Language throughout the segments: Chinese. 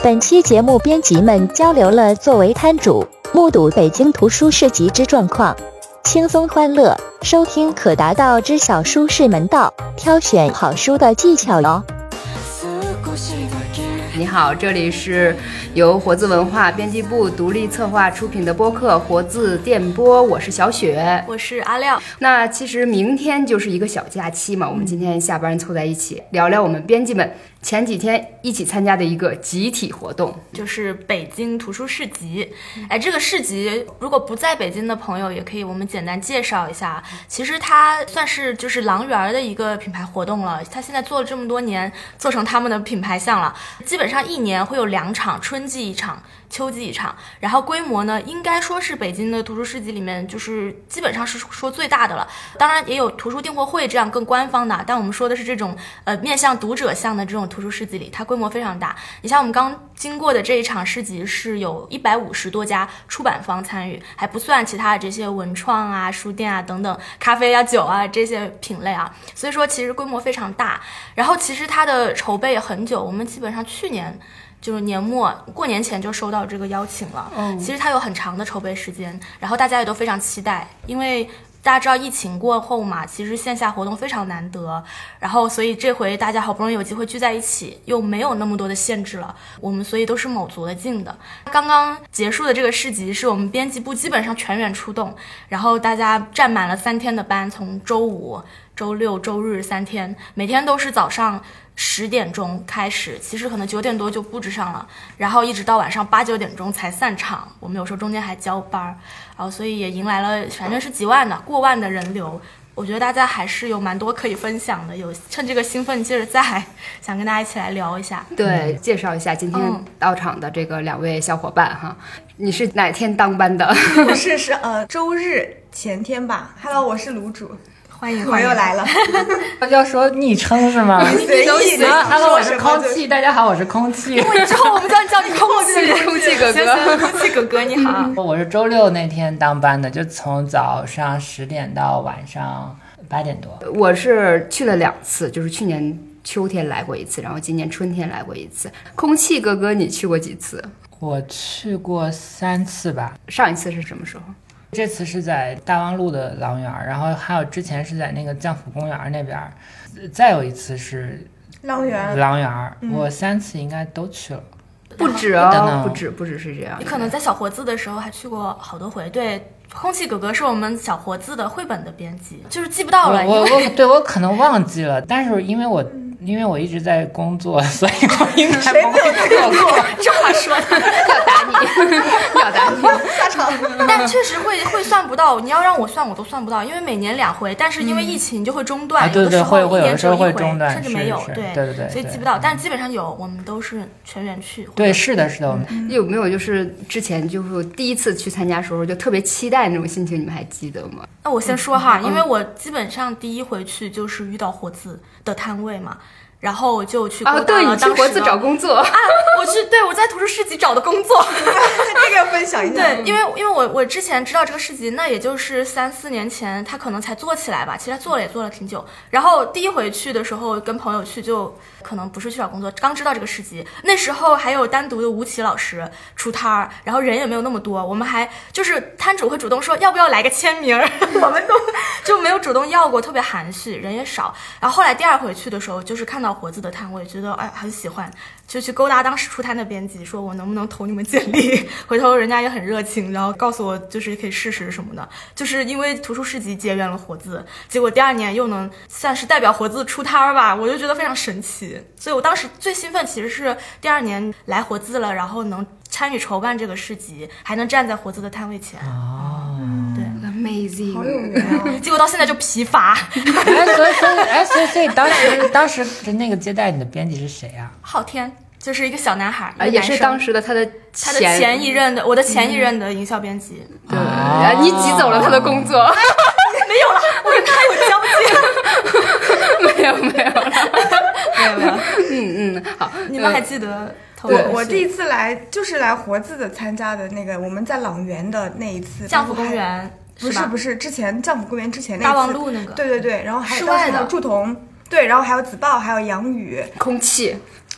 本期节目编辑们交流了作为摊主目睹北京图书市集之状况，轻松欢乐，收听可达到知晓书市门道，挑选好书的技巧哟。 你好，这里是由活字文化编辑部独立策划出品的播客活字电波，我是小雪， 我是阿廖。 那其实明天就是一个小假期嘛，我们今天下班凑在一起聊聊我们编辑们前几天一起参加的一个集体活动， 就是北京图书市集。这个市集如果不在北京的朋友也可以我们简单介绍一下。其实它算是就是狼园的一个品牌活动了，它现在做了这么多年，做成他们的品牌项了。基本上一年会有2场，春季一场，秋季一场，然后规模呢应该说是北京的图书市集里面就是基本上是说最大的了。当然也有图书订货会这样更官方的，但我们说的是这种面向读者向的这种图书市集里，它规模非常大。你像我们刚经过的这一场市集是有150多家出版方参与，还不算其他的这些文创啊、书店啊等等，咖啡啊、酒啊这些品类啊，所以说其实规模非常大。然后其实它的筹备也很久，我们基本上去年就是年末过年前就收到这个邀请了。其实它有很长的筹备时间，然后大家也都非常期待，因为大家知道疫情过后嘛，其实线下活动非常难得，然后所以这回大家好不容易有机会聚在一起，又没有那么多的限制了，我们所以都是卯足了劲的。刚刚结束的这个市集是我们编辑部基本上全员出动，然后大家站满了3天的班，从周五、周六、周日3天，每天都是早上10点钟开始，其实可能9点多就布置上了，然后一直到晚上8、9点钟才散场，我们有时候中间还交班，然后所以也迎来了反正是几万的过万的人流。我觉得大家还是有蛮多可以分享的，有趁这个兴奋劲儿在，想跟大家一起来聊一下。 对，介绍一下今天到场的这个2位小伙伴哈。你是哪天当班的？ 是周日前天吧。Hello， 我是卤煮。 欢迎， 我又来了。 要说昵称是吗？ 随意的。 Hello， 我是空气。大家好，我是空气。 因为之后我们叫你空气， 空气哥哥， 空气哥哥你好。 我是周六那天当班的，就从早上10点到晚上8点多。 我是去了2次，就是去年秋天来过一次，然后今年春天来过一次。空气哥哥，你去过几次？ 我去过3次吧。 上一次是什么时候？ 这次是在大望路的狼园，然后还有之前是在那个将府公园那边，再有一次是狼园。 我3次应该都去了。 不止哦，不止是这样。 你可能在小活字的时候还去过好多回。对，空气哥哥是我们小活字的绘本的编辑，就是记不到了。 我可能忘记了，但是因为我一直在工作，所以我应该不会错过。 这话说的要打你， 下场。 但确实会算不到，你要让我算我都算不到，因为每年2回，但是因为疫情就会中断， 对对，会有的时候会中断， 甚至没有。 对， 所以记不到，但基本上有，我们都是全员去。 对，是的。 有没有就是之前就是第一次去参加的时候就特别期待那种心情，你们还记得吗？ 那我先说哈，因为我基本上第一回去就是遇到活字的摊位嘛。然后我就去对，你去活字找工作啊？ 我在图书市集找的工作， 这个要分享一下。 对，因为我之前知道这个市集，那也就是3、4年前，他可能才做起来吧。其实他做了挺久。然后第一回去的时候，跟朋友去，就可能不是去找工作，刚知道这个市集，那时候还有单独的吴奇老师出摊儿，然后人也没有那么多，我们还就是摊主会主动说要不要来个签名，我们都就没有主动要过，特别含蓄，人也少。然后后来第2回去的时候，就是看到活字的摊位，觉得很喜欢，就去勾搭当时出摊的编辑，说我能不能投你们简历。回头人家也很热情，然后告诉我就是可以试试什么的。就是因为图书市集结缘了活字，结果第2年又能算是代表活字出摊吧，我就觉得非常神奇。所以我当时最兴奋其实是第2年来活字了，然后能参与筹办这个市集，还能站在活字的摊位前。对 ，amazing， 好有缘。 结果到现在就疲乏。 所以当时那个接待你的编辑是谁啊？ 昊天，就是一个小男孩， 也是当时的他的前一任的，我的前一任的营销编辑。 对，你挤走了他的工作。 没有了，我跟他有交接。没有。好， 你们还记得？ 我第一次来就是来活字的参加的那个，我们在朗园的那一次， 将府公园。 不是，之前将府公园之前那一次， 大望路那个。 对，然后还有室外的祝同，对，然后还有子豹，还有杨宇， 空气。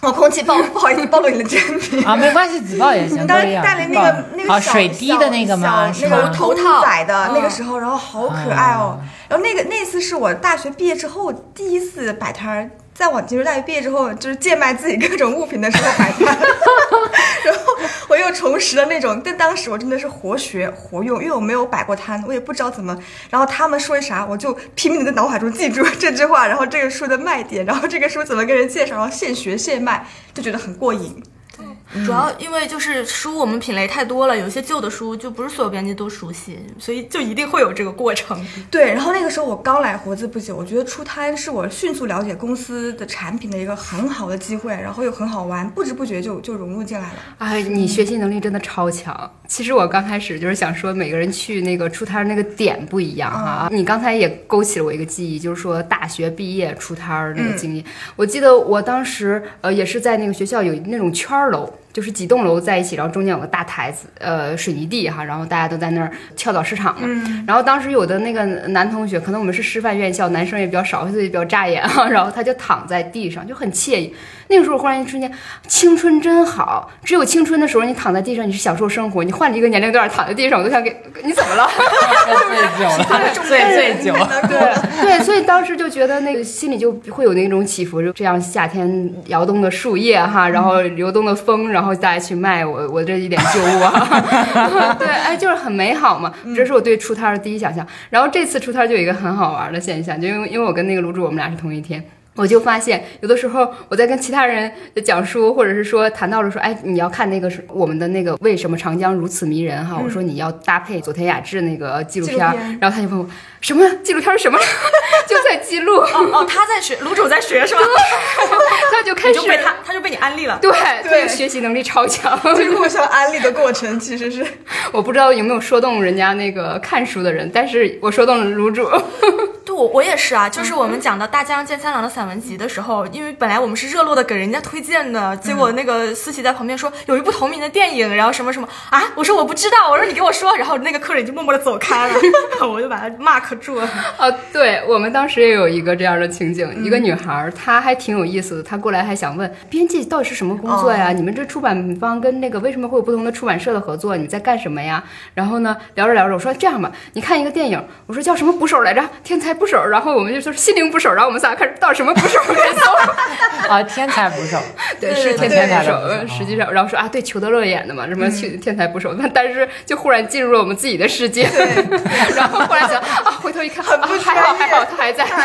空气不好意思暴露你的真名啊，没关系，自爆也行。 你当时戴了那个水滴的那个吗？ 那个头仔的那个时候，然后好可爱哦。然后那次是我大学毕业之后第一次摆摊，在我进入大学毕业之后，就是贱卖自己各种物品的时候摆摊，然后我又重拾了那种，但当时我真的是活学活用，因为我没有摆过摊，我也不知道怎么，然后他们说啥，我就拼命的在脑海中记住这句话，然后这个书的卖点，然后这个书怎么跟人介绍，然后现学现卖，就觉得很过瘾。 主要因为就是书我们品类太多了，有些旧的书就不是所有编辑都熟悉，所以就一定会有这个过程。 对，然后那个时候我刚来活字不久，我觉得出摊是我迅速了解公司的产品的一个很好的机会，然后又很好玩，不知不觉就融入进来了。 哎，你学习能力真的超强。其实我刚开始就是想说，每个人去那个出摊那个点不一样哈。你刚才也勾起了我一个记忆，就是说大学毕业出摊那个经历。我记得我当时也是在那个学校有那种圈楼。就是几栋楼在一起，然后中间有个大台子，水泥地哈，然后大家都在那儿跳蚤市场嘛。然后当时有的那个男同学，可能我们是师范院校，男生也比较少，所以比较扎眼哈。然后他就躺在地上，就很惬意。那个时候忽然一瞬间，青春真好。只有青春的时候，你躺在地上，你是享受生活。你换了一个年龄段躺在地上，我都想给你怎么了？ 醉酒了，醉酒。 对，所以当时就觉得那个心里就会有那种起伏，就这样夏天摇动的树叶哈，然后流动的风，然后大家去卖我这一点旧物啊，对，哎，就是很美好嘛。这是我对出摊的第一想象。然后这次出摊就有一个很好玩的现象，就因为我跟那个卤煮我们俩是同一天。我就发现有的时候我在跟其他人讲书，或者是说谈到了说，哎，你要看那个是我们的那个为什么长江如此迷人哈，我说你要搭配佐田雅治那个纪录片，然后他就问我什么纪录片是什么，就在记录。 哦，他在学，卤煮在学是吧？ 他就开始他就被你安利了。 对，学习能力超强。 这个互相安利的过程其实是我不知道有没有说动人家那个看书的人，但是我说动了卤煮。 对，我也是啊，就是我们讲到大江健三郎的散文集的时候，因为本来我们是热络的给人家推荐的，结果那个思琪在旁边说有一部同名的电影，然后什么什么啊，我说我不知道，我说你给我说，然后那个客人就默默的走开了，我就把他 mark 住了。 对，我们当时也有一个这样的情景，一个女孩她还挺有意思的，她过来还想问编辑到底是什么工作呀？你们这出版方跟那个为什么会有不同的出版社的合作？你在干什么呀？然后呢，聊着聊着，我说这样吧，你看一个电影，我说叫什么捕手来着？天才捕手。然后我们就说心灵捕手，然后我们仨开始到底什么捕手开始搜啊，天才捕手， 对，是天才捕手，实际上，然后说啊，对，裘德勒演的嘛，什么天才捕手，但是就忽然进入了我们自己的世界，然后忽然想啊，回头一看，还好，他还在。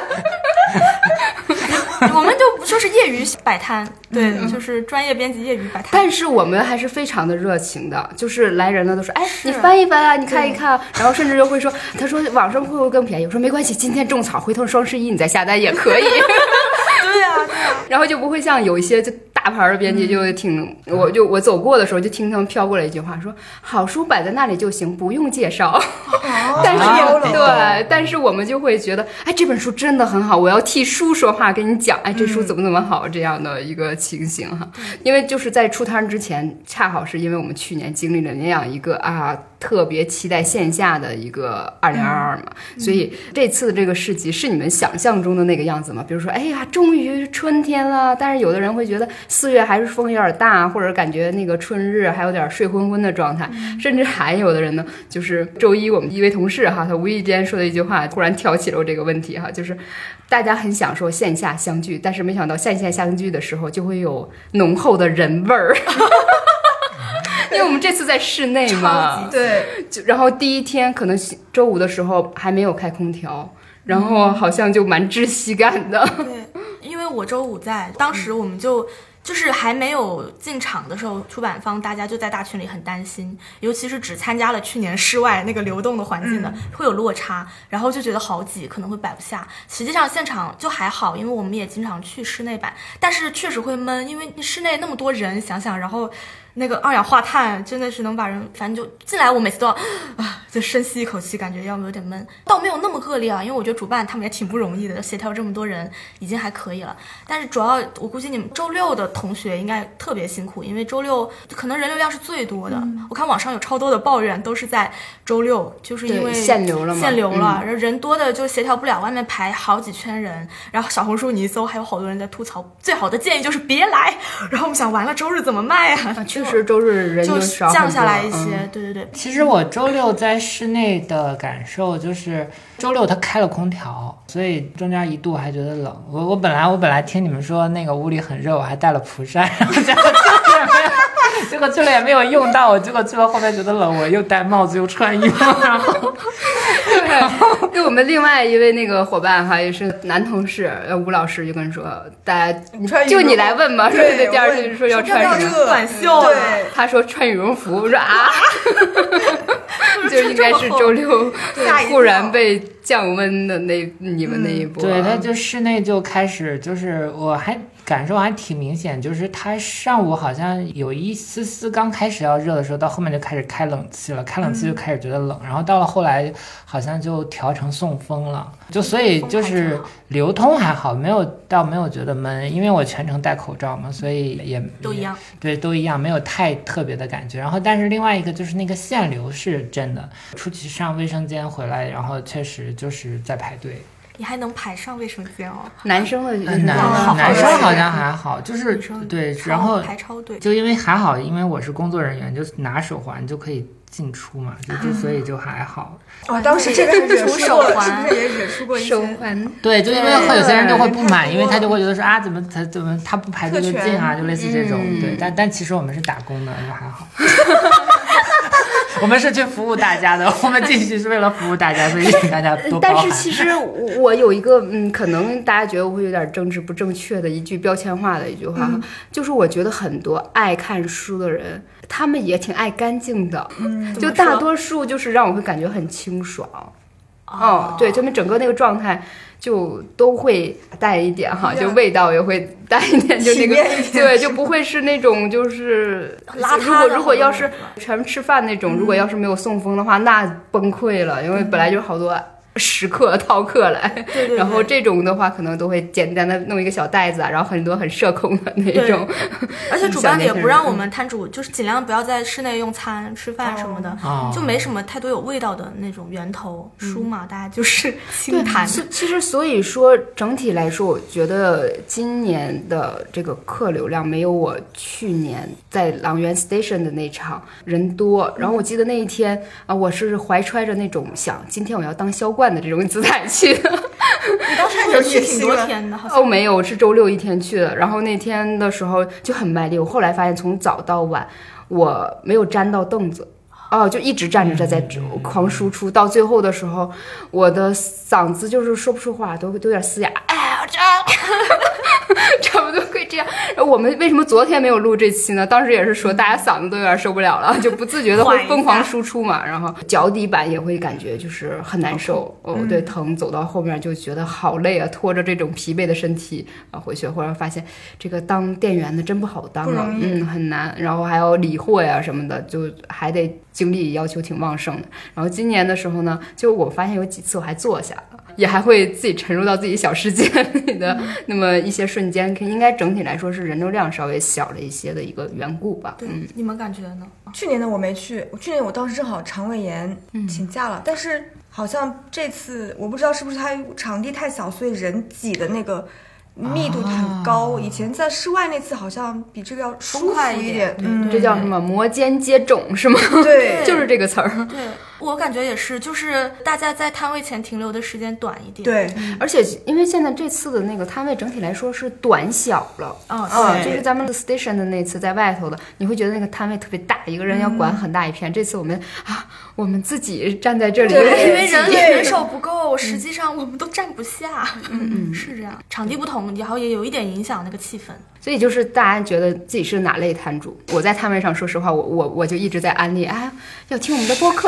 我们就说是业余摆摊，对，就是专业编辑业余摆摊。 但是我们还是非常的热情的，就是来人了都说，哎，你翻一翻啊，你看一看，然后甚至就会说，他说网上会不会更便宜？我说没关系，今天种草，回头双11你再下单也可以。 对啊， 然后就不会像有一些就大牌的编辑就挺，我走过的时候就听他们飘过来一句话，说好书摆在那里就行，不用介绍。但是对，但是我们就会觉得，哎，这本书真的很好，我要替书说话，跟你讲，哎，这书怎么好，这样的一个情形哈。因为就是在出摊之前，恰好是因为我们去年经历了那样一个特别期待线下的一个2022嘛，所以这次的这个市集是你们想象中的那个样子吗？比如说，哎呀，终于春天了，但是有的人会觉得4月还是风有点大，或者感觉那个春日还有点睡昏昏的状态，甚至还有的人呢，就是周一我们一位同事哈，他无意间说的一句话，突然挑起了我这个问题哈，就是大家很享受线下相聚，但是没想到线下相聚的时候就会有浓厚的人味儿。因为我们这次在室内嘛， 对， 然后第一天可能周五的时候还没有开空调，然后好像就蛮窒息感的。 对，因为我周五在，当时我们就是还没有进场的时候，出版方大家就在大群里很担心，尤其是只参加了去年室外那个流动的环境的，会有落差，然后就觉得好挤，可能会摆不下。实际上现场就还好，因为我们也经常去室内摆，但是确实会闷，因为室内那么多人，想想，然后那个二氧化碳真的是能把人，反正就进来我每次都要就深吸一口气，感觉要么有点闷，倒没有那么恶劣啊，因为我觉得主办他们也挺不容易的，协调这么多人已经还可以了。但是主要我估计你们周六的同学应该特别辛苦，因为周六可能人流量是最多的。我看网上有超多的抱怨都是在周六，就是因为限流了嘛， 人多的就协调不了，外面排好几圈人，然后小红书你一搜还有好多人在吐槽，最好的建议就是别来。然后我们想完了周日怎么卖啊？ 确实周日人就少降下来一些，对。 其实我周六在室内的感受就是周六它开了空调，所以中间一度还觉得冷。我本来听你们说那个屋里很热，我还带了蒲扇，然后结果去了也没有用到，结果去了后面觉得冷，我又戴帽子又穿衣服，然后对我们另外一位那个伙伴哈，也是男同事吴老师就跟说，大家就你来问嘛，说对，第二天就说要穿什么短袖， 对， 他说穿羽绒服，我说啊，就应该是周六突然被降温的你们那一波， 对，他就室内就开始，就是我还感受还挺明显，就是他上午好像有一丝丝刚开始要热的时候，到后面就开始开冷气了，开冷气就开始觉得冷，然后到了后来好像就调成送风了，就所以就是流通还好，没有觉得闷，因为我全程戴口罩嘛，所以也都一样， 对，都一样，没有太特别的感觉。然后但是另外一个就是那个限流是真的，出去上卫生间回来，然后确实就是在排队。 你还能排上卫生间哦？ 男生的男生好像还好，就是对，然后排超队， 就因为还好，因为我是工作人员，就拿手环就可以进出嘛，就所以就还好。 当时这个惹出手环，是不是也惹出过一些手环？ 对，就因为有些人就会不满，因为他就会觉得说啊，怎么他不排队就进啊，就类似这种。对，但其实我们是打工的，就还好。我们是去服务大家的，我们进去是为了服务大家，所以请大家多包涵。 但是其实我有一个可能大家觉得我会有点政治不正确的一句标签化的一句话，就是我觉得很多爱看书的人，他们也挺爱干净的，就大多数就是让我会感觉很清爽。对，他们整个那个状态就都会带一点哈，就味道也会带一点，就那个对，就不会是那种就是邋遢。 如果要是全吃饭那种，如果要是没有送风的话，那崩溃了，因为本来就好多食客饕客来， 对， 然后这种的话可能都会简单的弄一个小袋子啊，然后很多很社恐的那种。 而且主办也不让我们摊主就是尽量不要在室内用餐吃饭什么的，就没什么太多有味道的那种源头书嘛，大家就是轻谈。 其实所以说整体来说，我觉得今年的这个客流量没有我去年在朗园 Station 的那场人多。然后我记得那一天啊，我是怀揣着那种想今天我要当销冠的这种姿态去的。 你当时也去挺多天的，好像没有，我是周六一天去的。然后那天的时候就很卖力，我后来发现从早到晚我没有沾到凳子。就一直站着在狂输出，到最后的时候，我的嗓子就是说不出话，都有点嘶哑。我差不多可以这样。我们为什么昨天没有录这期呢？当时也是说大家嗓子都有点受不了了，就不自觉的会疯狂输出嘛，然后脚底板也会感觉就是很难受。对，疼，走到后面就觉得好累啊，拖着这种疲惫的身体回去，或者发现这个当店员的真不好当啊，很难。然后还有理货呀什么的，就还得精力要求挺旺盛的。然后今年的时候呢，就我发现有几次我还坐下了，也还会自己沉入到自己小世界里的那么一些瞬间，应该整体来说是人流量稍微小了一些的一个缘故吧。 对，你们感觉呢？ 去年的我没去，去年我当时正好肠胃炎请假了，但是好像这次我不知道是不是它场地太小，所以人挤的那个密度很高，以前在室外那次好像比这个要舒服一点。 这叫什么摩肩接踵是吗？ 对， 就是这个词儿。 对，我感觉也是，就是大家在摊位前停留的时间短一点。 对， 而且因为现在这次的那个摊位整体来说是短小了。就是咱们 station 的那次在外头的，你会觉得那个摊位特别大，一个人要管很大一片。这次我们自己站在这里， 因为人手不够，实际上我们都站不下。是这样，场地不同，然后也有一点影响那个气氛。 所以就是大家觉得自己是哪类摊主？我在摊位上，说实话，我就一直在安利，要听我们的播客，或者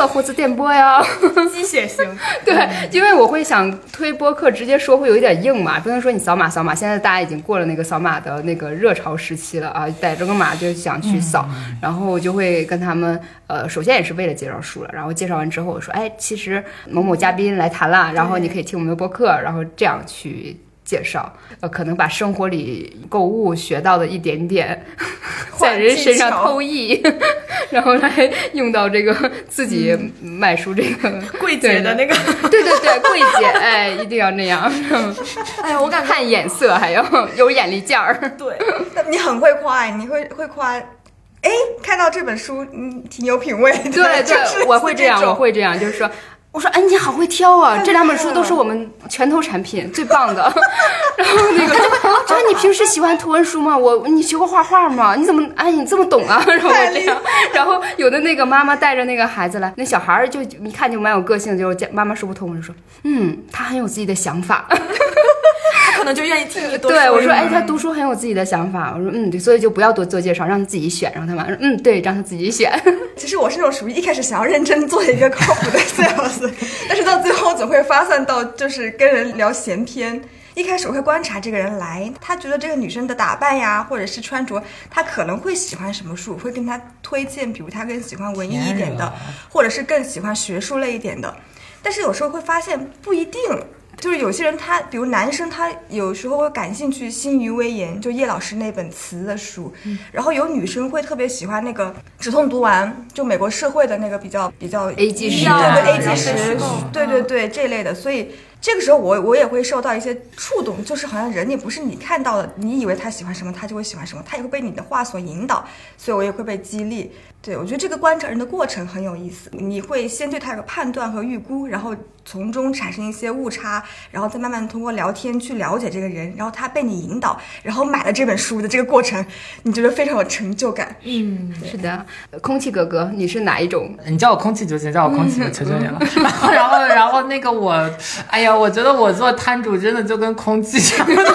点播呀， 鸡血型。 对，因为我会想推播客直接说会有一点硬嘛，不能说你扫码扫码。现在大家已经过了那个扫码的那个热潮时期了啊，逮着个码就想去扫，然后我就会跟他们首先也是为了介绍书了，然后介绍完之后我说，哎，其实某某嘉宾来谈了，然后你可以听我们的播客，然后这样去介绍，可能把生活里购物学到的一点点在人身上偷译，然后来用到这个自己卖书这个柜姐的那个， 对，柜姐，哎，一定要那样。 哎呀，我感觉看眼色，还要有眼力见儿。 对， 你很会夸，你会夸。哎，看到这本书，挺有品味的。 对，我会这样，就是说。我说，哎，你好会挑啊！这2本书都是我们拳头产品，最棒的。然后那个，这你平时喜欢图文书吗？你学过画画吗？你怎么，哎，你这么懂啊？然后我这样，然后有的那个妈妈带着那个孩子来，那小孩就一看就蛮有个性，就是妈妈说不通，我就说，他很有自己的想法。 他可能就愿意听你多说。 对，我说，哎，他读书很有自己的想法。我说，对，所以就不要多做介绍，让他自己选。然后他妈说，对，让他自己选。 其实我是那种属于一开始想要认真做一个靠谱的 sales， 但是到最后总会发散到就是跟人聊闲篇。一开始我会观察这个人来，他觉得这个女生的打扮呀，或者是穿着，他可能会喜欢什么书，我会跟他推荐，比如他更喜欢文艺一点的，或者是更喜欢学术类一点的。但是有时候会发现不一定。就是有些人他，比如男生，他有时候会感兴趣《心于微言》，就叶老师那本词的书，然后有女生会特别喜欢那个止痛读完，就美国社会的那个比较 A 纪实， 对 A 纪实，对这类的，所以。这个时候我也会受到一些触动，就是好像人也不是你看到的，你以为他喜欢什么，他就会喜欢什么，他也会被你的话所引导，所以我也会被激励。对，我觉得这个观察人的过程很有意思，你会先对他有个判断和预估，然后从中产生一些误差，然后再慢慢通过聊天去了解这个人，然后他被你引导，然后买了这本书的这个过程，你觉得非常有成就感。 是的。空气哥哥，你是哪一种？ 你叫我空气就行，叫我空气，我求求你了。然后那个我，哎呀，我觉得我做摊主真的就跟空气差不多。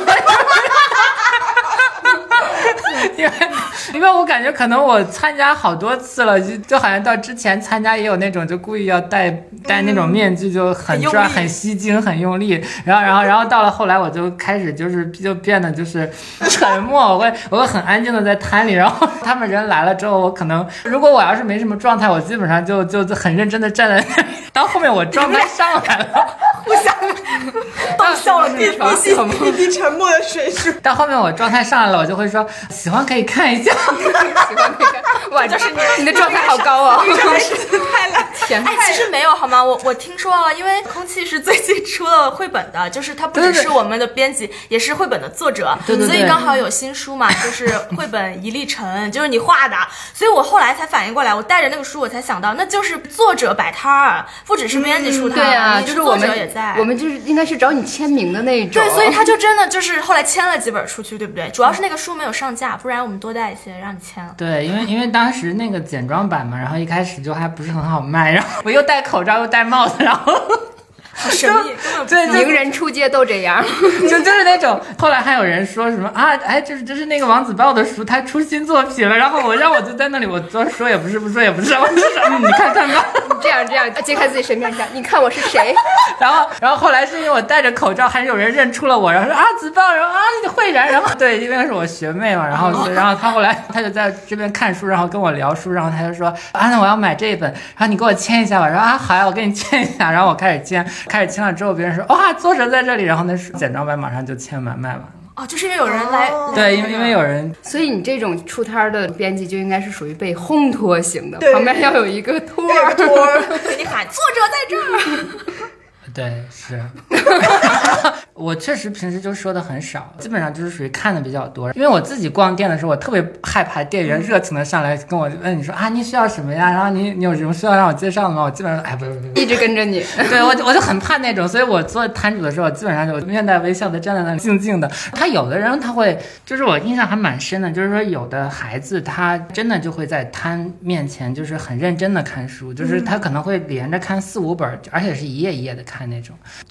因为我感觉可能我参加好多次了，就好像到之前参加也有那种就故意要戴那种面具，就很转很吸睛很用力，然后到了后来我就开始就变得就是沉默，我会很安静的在摊里，然后他们人来了之后，我可能如果我要是没什么状态，我基本上就很认真的站在那里，到后面我状态上来了， 互相都笑了，一滴沉默的水珠。 到后面我状态上来了，我就会说喜欢可以看一下。 喜欢可以看，哇，就是你的状态好高哦， 太烂。 哎，其实没有好吗？我听说了，因为空气是最近出了绘本的，就是他不只是我们的编辑，也是绘本的作者， 对， 所以刚好有新书嘛，就是绘本一粒尘，就是你画的，所以我后来才反应过来，我带着那个书，我才想到，那就是作者摆摊儿，不只是编辑出摊， 对啊，就是作者也在， 我们就是应该是找你签名的那种， 对，所以他就真的就是后来签了几本出去，对不对？主要是那个书没有上架，不然我们多带一些让你签了。 对，因为当时那个简装版嘛，然后一开始就还不是很好卖，然后我又戴口罩又戴帽子，然后好神秘， 对，名人出街都这样， 就是那种。后来还有人说什么啊，哎，这是那个王子豹的书，他出新作品了。然后我就在那里，我说也不是，不说也不是，我就说你看吧， 这样揭开自己身面上，你看我是谁？ 然后后来是因为我戴着口罩，还是有人认出了我，然后说啊子豹，然后啊你慧然，然后对，因为是我学妹嘛，然后他后来他就在这边看书，然后跟我聊书，然后他就说啊那我要买这一本，然后你给我签一下吧。我说啊好呀，我给你签一下，然后我开始签了之后，别人说哇作者在这里，然后那简装版马上就签完卖完。 哦，就是因为有人来， 对，因为有人， 所以你这种出摊的编辑就应该是属于被烘托型的， 对， 旁边要有一个托给你喊作者在这儿。 对，是。我确实平时就说的很少，基本上就是属于看的比较多。因为我自己逛店的时候，我特别害怕店员热情的上来跟我问你说啊，你需要什么呀？然后你有什么需要让我介绍的吗？我基本上哎不， 一直跟着你。 对，我就很怕那种，所以我做摊主的时候，基本上就面带微笑的站在那里，静静的。他有的人他会，就是我印象还蛮深的，就是说有的孩子他真的就会在摊面前就是很认真的看书，就是他可能会连着看4-5本，而且是一页一页的看那种。对，那时候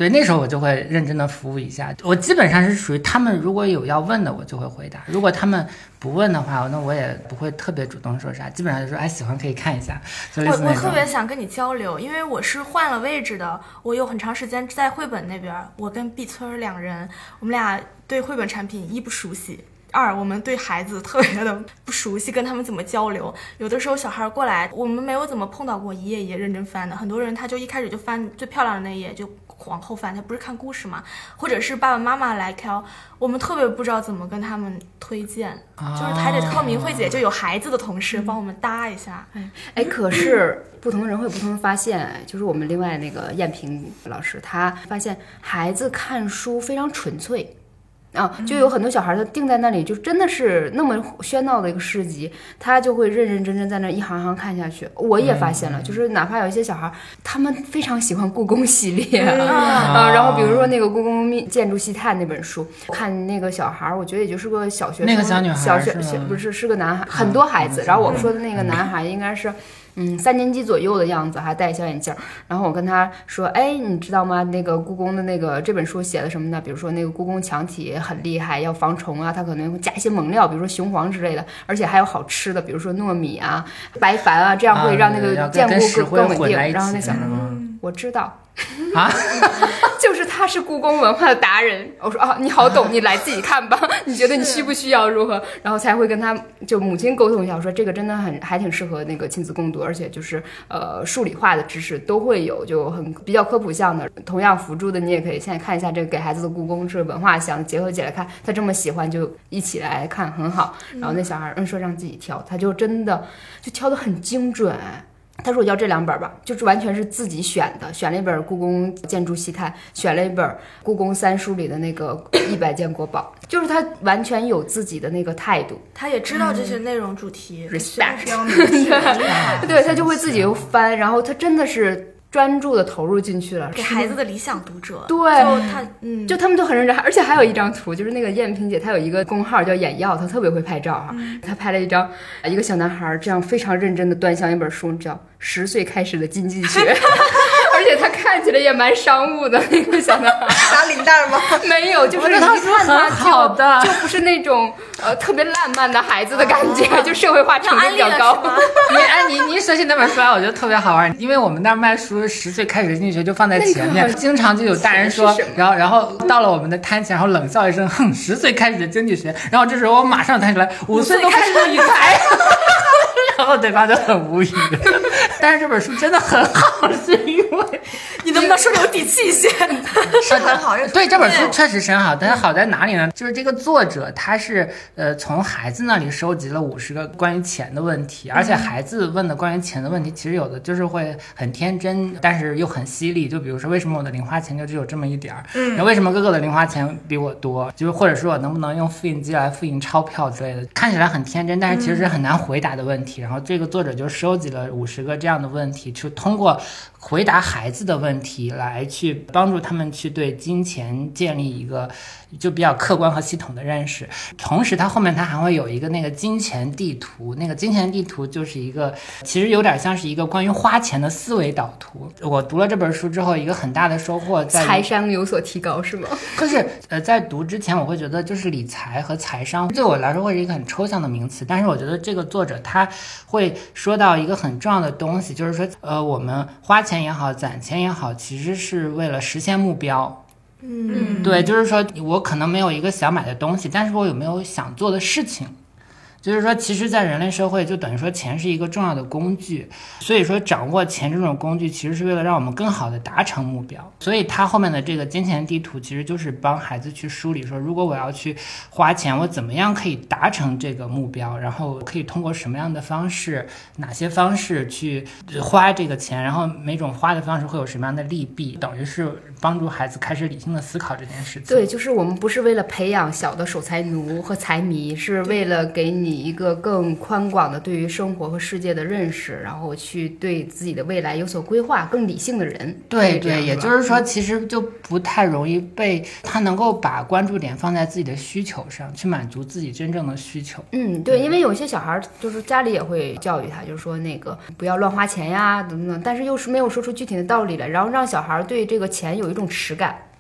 我就会认真的服务一下。我基本上是属于他们如果有要问的，我就会回答；如果他们不问的话，那我也不会特别主动说啥，基本上就说喜欢可以看一下。 我特别想跟你交流，因为我是换了位置的，我有很长时间在绘本那边，我跟碧村两人，我们俩对绘本产品一不熟悉。二，我们对孩子特别的不熟悉，跟他们怎么交流。有的时候小孩过来，我们没有怎么碰到过一页一页认真翻的。很多人他就一开始就翻最漂亮的那一页就往后翻，他不是看故事嘛，或者是爸爸妈妈来挑，我们特别不知道怎么跟他们推荐，就是还得靠明慧姐，就有孩子的同事帮我们搭一下。 可是不同的人会有不同的发现，就是我们另外那个燕平老师，他发现孩子看书非常纯粹。就有很多小孩他定在那里，就真的是那么喧闹的一个市集，他就会认认真真在那一行行看下去。我也发现了，就是哪怕有一些小孩他们非常喜欢故宫系列然后比如说那个故宫建筑细探那本书，看那个小孩我觉得也就是个小学生， 那个小女孩不是个男孩，很多孩子。然后我说的那个男孩应该是3年级左右的样子，还戴小眼镜。然后我跟他说，你知道吗？那个故宫的那个这本书写的什么呢？比如说那个故宫墙体很厉害，要防虫啊，它可能会加一些猛料，比如说雄黄之类的，而且还有好吃的，比如说糯米啊、白矾啊，这样会让那个坚固更稳定。然后那小孩我知道。就是他是故宫文化的达人。我说你好懂，你来自己看吧。你觉得你需不需要如何？然后才会跟他就母亲沟通一下，我说这个真的还挺适合那个亲子共读，而且就是数理化的知识都会有，就很比较科普项的。同样辅助的你也可以现在看一下这个给孩子的故宫是文化项结合起来看，他这么喜欢就一起来看很好。然后那小孩说让自己挑，他就真的就挑得很精准。他说我要这2本吧，就是完全是自己选的，选了一本故宫建筑细探，选了一本故宫3书里的那个100件国宝，就是他完全有自己的那个态度， 他也知道这些内容主题 respect 对，他就会自己又翻，然后他真的是专注的投入进去了， 给孩子的理想读者。 对， 就他们都很认真，而且还有一张图，就是那个燕萍姐，她有一个公号叫眼药，她特别会拍照哈。她拍了一个小男孩这样非常认真的端详一本书，叫《10岁开始的经济学》。而且他看起来也蛮商务的那个小男孩， 打领带吗？ 没有，就是他是很好的， 就不是那种特别烂漫的孩子的感觉，就社会化程度比较高。 你一说起那本书来，我觉得特别好玩，因为我们那儿卖书10岁开始经济学就放在前面，经常就有大人说，然后到了我们的摊前，然后冷笑一声，10岁开始的经济学，然后这时候我马上弹起来，5岁都开始理财。然后对方就很无语，但是这本书真的很好，是因为你能不能说有底气一些？ 是很好， 对，这本书确实是很好，但是好在哪里呢？就是这个作者他是从孩子那里收集了50个关于钱的问题，而且孩子问的关于钱的问题，其实有的就是会很天真，但是又很犀利。就比如说，为什么我的零花钱就只有这么一点儿？然后为什么哥哥的零花钱比我多？就是或者说我能不能用复印机来复印钞票之类的，看起来很天真，但是其实是很难回答的问题。然后这个作者就收集了50个这样的问题，去通过回答孩子的问题来去帮助他们去对金钱建立一个就比较客观和系统的认识。同时他后面他还会有一个那个金钱地图，那个金钱地图就是一个其实有点像是一个关于花钱的思维导图。我读了这本书之后，一个很大的收获在财商有所提高，是吗？ 就是在读之前我会觉得就是理财和财商对我来说会是一个很抽象的名词，但是我觉得这个作者他会说到一个很重要的东西，就是说我们花钱也好攒钱也好，其实是为了实现目标。对，就是说我可能没有一个想买的东西，但是我有没有想做的事情。就是说其实在人类社会就等于说钱是一个重要的工具，所以说掌握钱这种工具其实是为了让我们更好的达成目标。所以他后面的这个金钱地图其实就是帮孩子去梳理说，如果我要去花钱，我怎么样可以达成这个目标，然后可以通过什么样的方式，哪些方式去花这个钱，然后每种花的方式会有什么样的利弊，等于是帮助孩子开始理性的思考这件事情。 对，就是我们不是为了培养小的守财奴和财迷，是为了给你一个更宽广的对于生活和世界的认识，然后去对自己的未来有所规划，更理性的人。 对对，也就是说其实就不太容易被他能够把关注点放在自己的需求上，去满足自己真正的需求。 对，因为有些小孩就是家里也会教育他，就是说那个不要乱花钱呀等等，但是又是没有说出具体的道理来，然后让小孩对这个钱有一种耻感。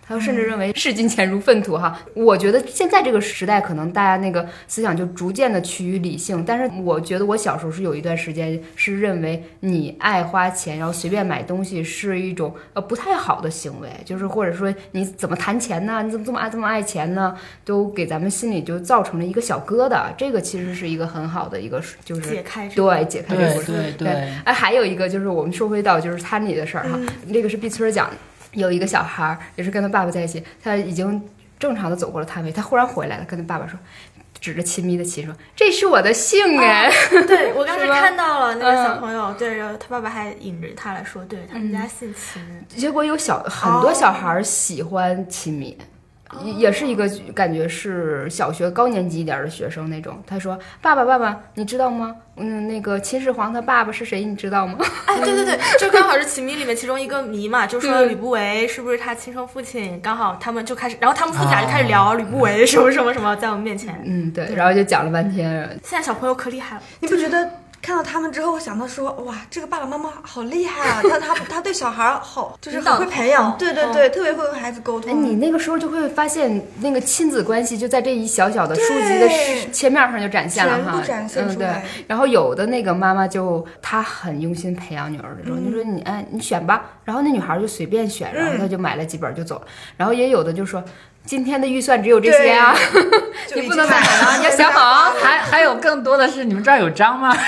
他甚至认为视金钱如粪土哈。我觉得现在这个时代可能大家那个思想就逐渐的趋于理性，但是我觉得我小时候是有一段时间是认为你爱花钱然后随便买东西是一种不太好的行为，就是或者说你怎么谈钱呢，你怎么这么爱钱呢，都给咱们心里就造成了一个小疙瘩。这个其实是一个很好的一个就是解开这个解开这个对。 哎，还有一个就是我们说回到就是摊里的事儿哈，这个是碧村讲的，有一个小孩也是跟他爸爸在一起，他已经正常的走过了摊位，他忽然回来了，跟他爸爸说，指着亲密的亲说：“这是我的姓哎。 对，我当时看到了那个小朋友，对，然后他爸爸还引着他来说，对他们家姓秦。 结果有很多小孩喜欢亲密。也是一个感觉是小学高年级一点的学生那种，他说：“爸爸，你知道吗？那个秦始皇他爸爸是谁？你知道吗？” 哎，对，就刚好是秦谜里面其中一个谜嘛，就说吕不韦是不是他亲生父亲？刚好他们就开始，然后他们父子俩就开始聊吕不韦什么在我们面前。 对，然后就讲了半天。 现在小朋友可厉害了， 你不觉得？看到他们之后，我想到说，哇，这个爸爸妈妈好厉害啊！他对小孩好，就是很会培养，对，特别会和孩子沟通。 你那个时候就会发现，那个亲子关系就在这一小小的书籍的切面上就展现了哈， 全部展现出来。 对，然后有的那个妈妈她很用心培养女儿的时候，你说你选吧，然后那女孩就随便选，然后她就买了几本就走了。然后也有的就说，今天的预算只有这些啊，你不能买了，你要想好。 还有更多的是，你们这儿有章吗？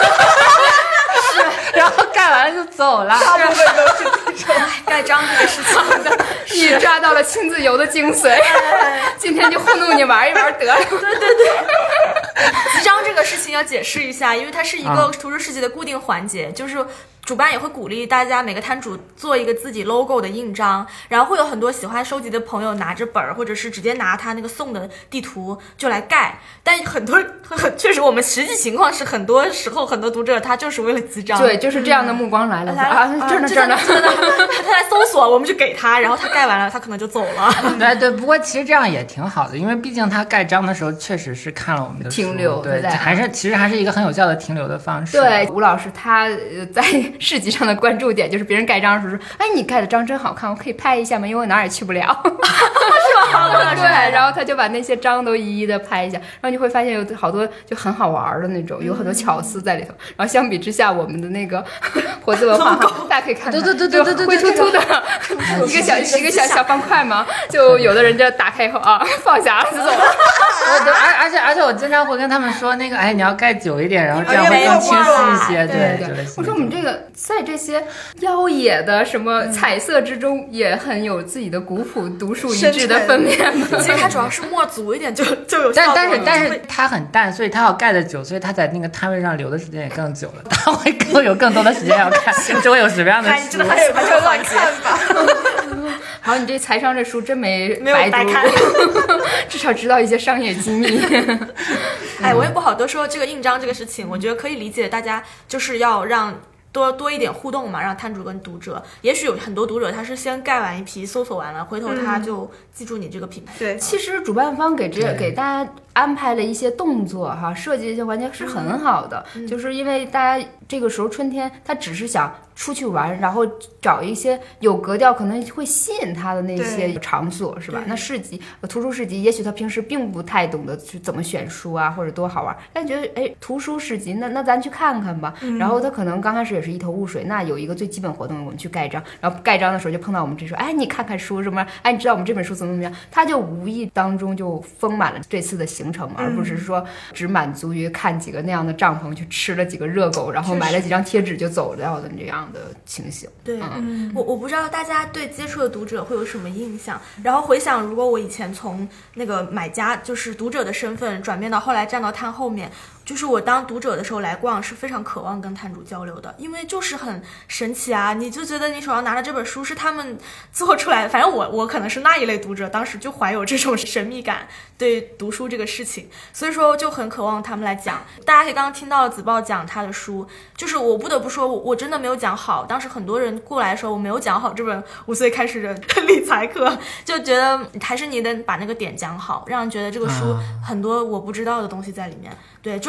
然后盖完了就走了。 大部分都是这种盖章这个事情的， 你抓到了亲子游的精髓。今天就糊弄你玩一玩得了。 对。集章这个事情要解释一下，因为它是一个图书市集的固定环节，就是主办也会鼓励大家每个摊主做一个自己 logo 的印章，然后会有很多喜欢收集的朋友拿着本儿，或者是直接拿他那个送的地图就来盖。但确实我们实际情况是，很多时候很多读者他就是为了集章， 对，就是这样的目光来了这儿呢， 他来搜索，我们就给他，然后他盖完了，他可能就走了。 对，不过其实这样也挺好的，因为毕竟他盖章的时候确实是看了我们的书停留， 对，其实还是一个很有效的停留的方式。 对，吴老师他在市集上的关注点就是别人盖章的时候说，哎，你盖的章真好看，我可以拍一下吗？因为我哪儿也去不了。 是吗？ 对，然后他就把那些章都一一的拍一下，然后你会发现有好多就很好玩的那种，有很多巧思在里头。然后相比之下，我们的那个活字文化，大家可以看看，对，灰秃秃的一个小方块嘛，就有的人就打开以后放下了就走了。 而且我经常会跟他们说，那个你要盖久一点，然后这样会更清晰一些。对， 我说我们这个在这些妖冶的什么彩色之中，也很有自己的古朴独树一帜的分面。 其实它主要是墨足一点就有效果。 但是它很淡，所以它要盖的久，所以它在那个摊位上留的时间也更久了。它会有更多的时间要看周围有什么样的书。 你真的很喜欢这个环节吧？好，你这财商这书真没白看， 至少知道一些商业机密。 我也不好多说这个印章这个事情，我觉得可以理解，大家就是要让多一点互动嘛，让摊主跟读者，也许有很多读者他是先盖完一批搜索完了，回头他就记住你这个品牌。 对， 其实主办方给大家安排了一些动作哈，设计一些环节是很好的，就是因为大家这个时候春天他只是想出去玩，然后找一些有格调可能会吸引他的那些场所，是吧？那市集图书市集也许他平时并不太懂得去怎么选书啊，或者多好玩，但觉得图书市集那咱去看看吧。然后他可能刚开始也是一头雾水，那有一个最基本活动我们去盖章，然后盖章的时候就碰到我们这说，你看看书什么，你知道我们这本书怎么样，他就无意当中就丰满了这次的行程嘛，而不是说只满足于看几个那样的帐篷，去吃了几个热狗，然后买了几张贴纸就走掉的这样的情形。 对，我不知道大家对接触的读者会有什么印象，然后回想如果我以前从那个买家就是读者的身份转变到后来站到摊后面，就是我当读者的时候来逛是非常渴望跟摊主交流的，因为就是很神奇啊，你就觉得你手上拿的这本书是他们做出来的，反正我可能是那一类读者，当时就怀有这种神秘感对读书这个事情，所以说就很渴望他们来讲。大家可以刚刚听到了子豹讲他的书，就是我不得不说我真的没有讲好，当时很多人过来的时候我没有讲好这本5岁开始的理财课，就觉得还是你得把那个点讲好，让人觉得这个书很多我不知道的东西在里面。对，就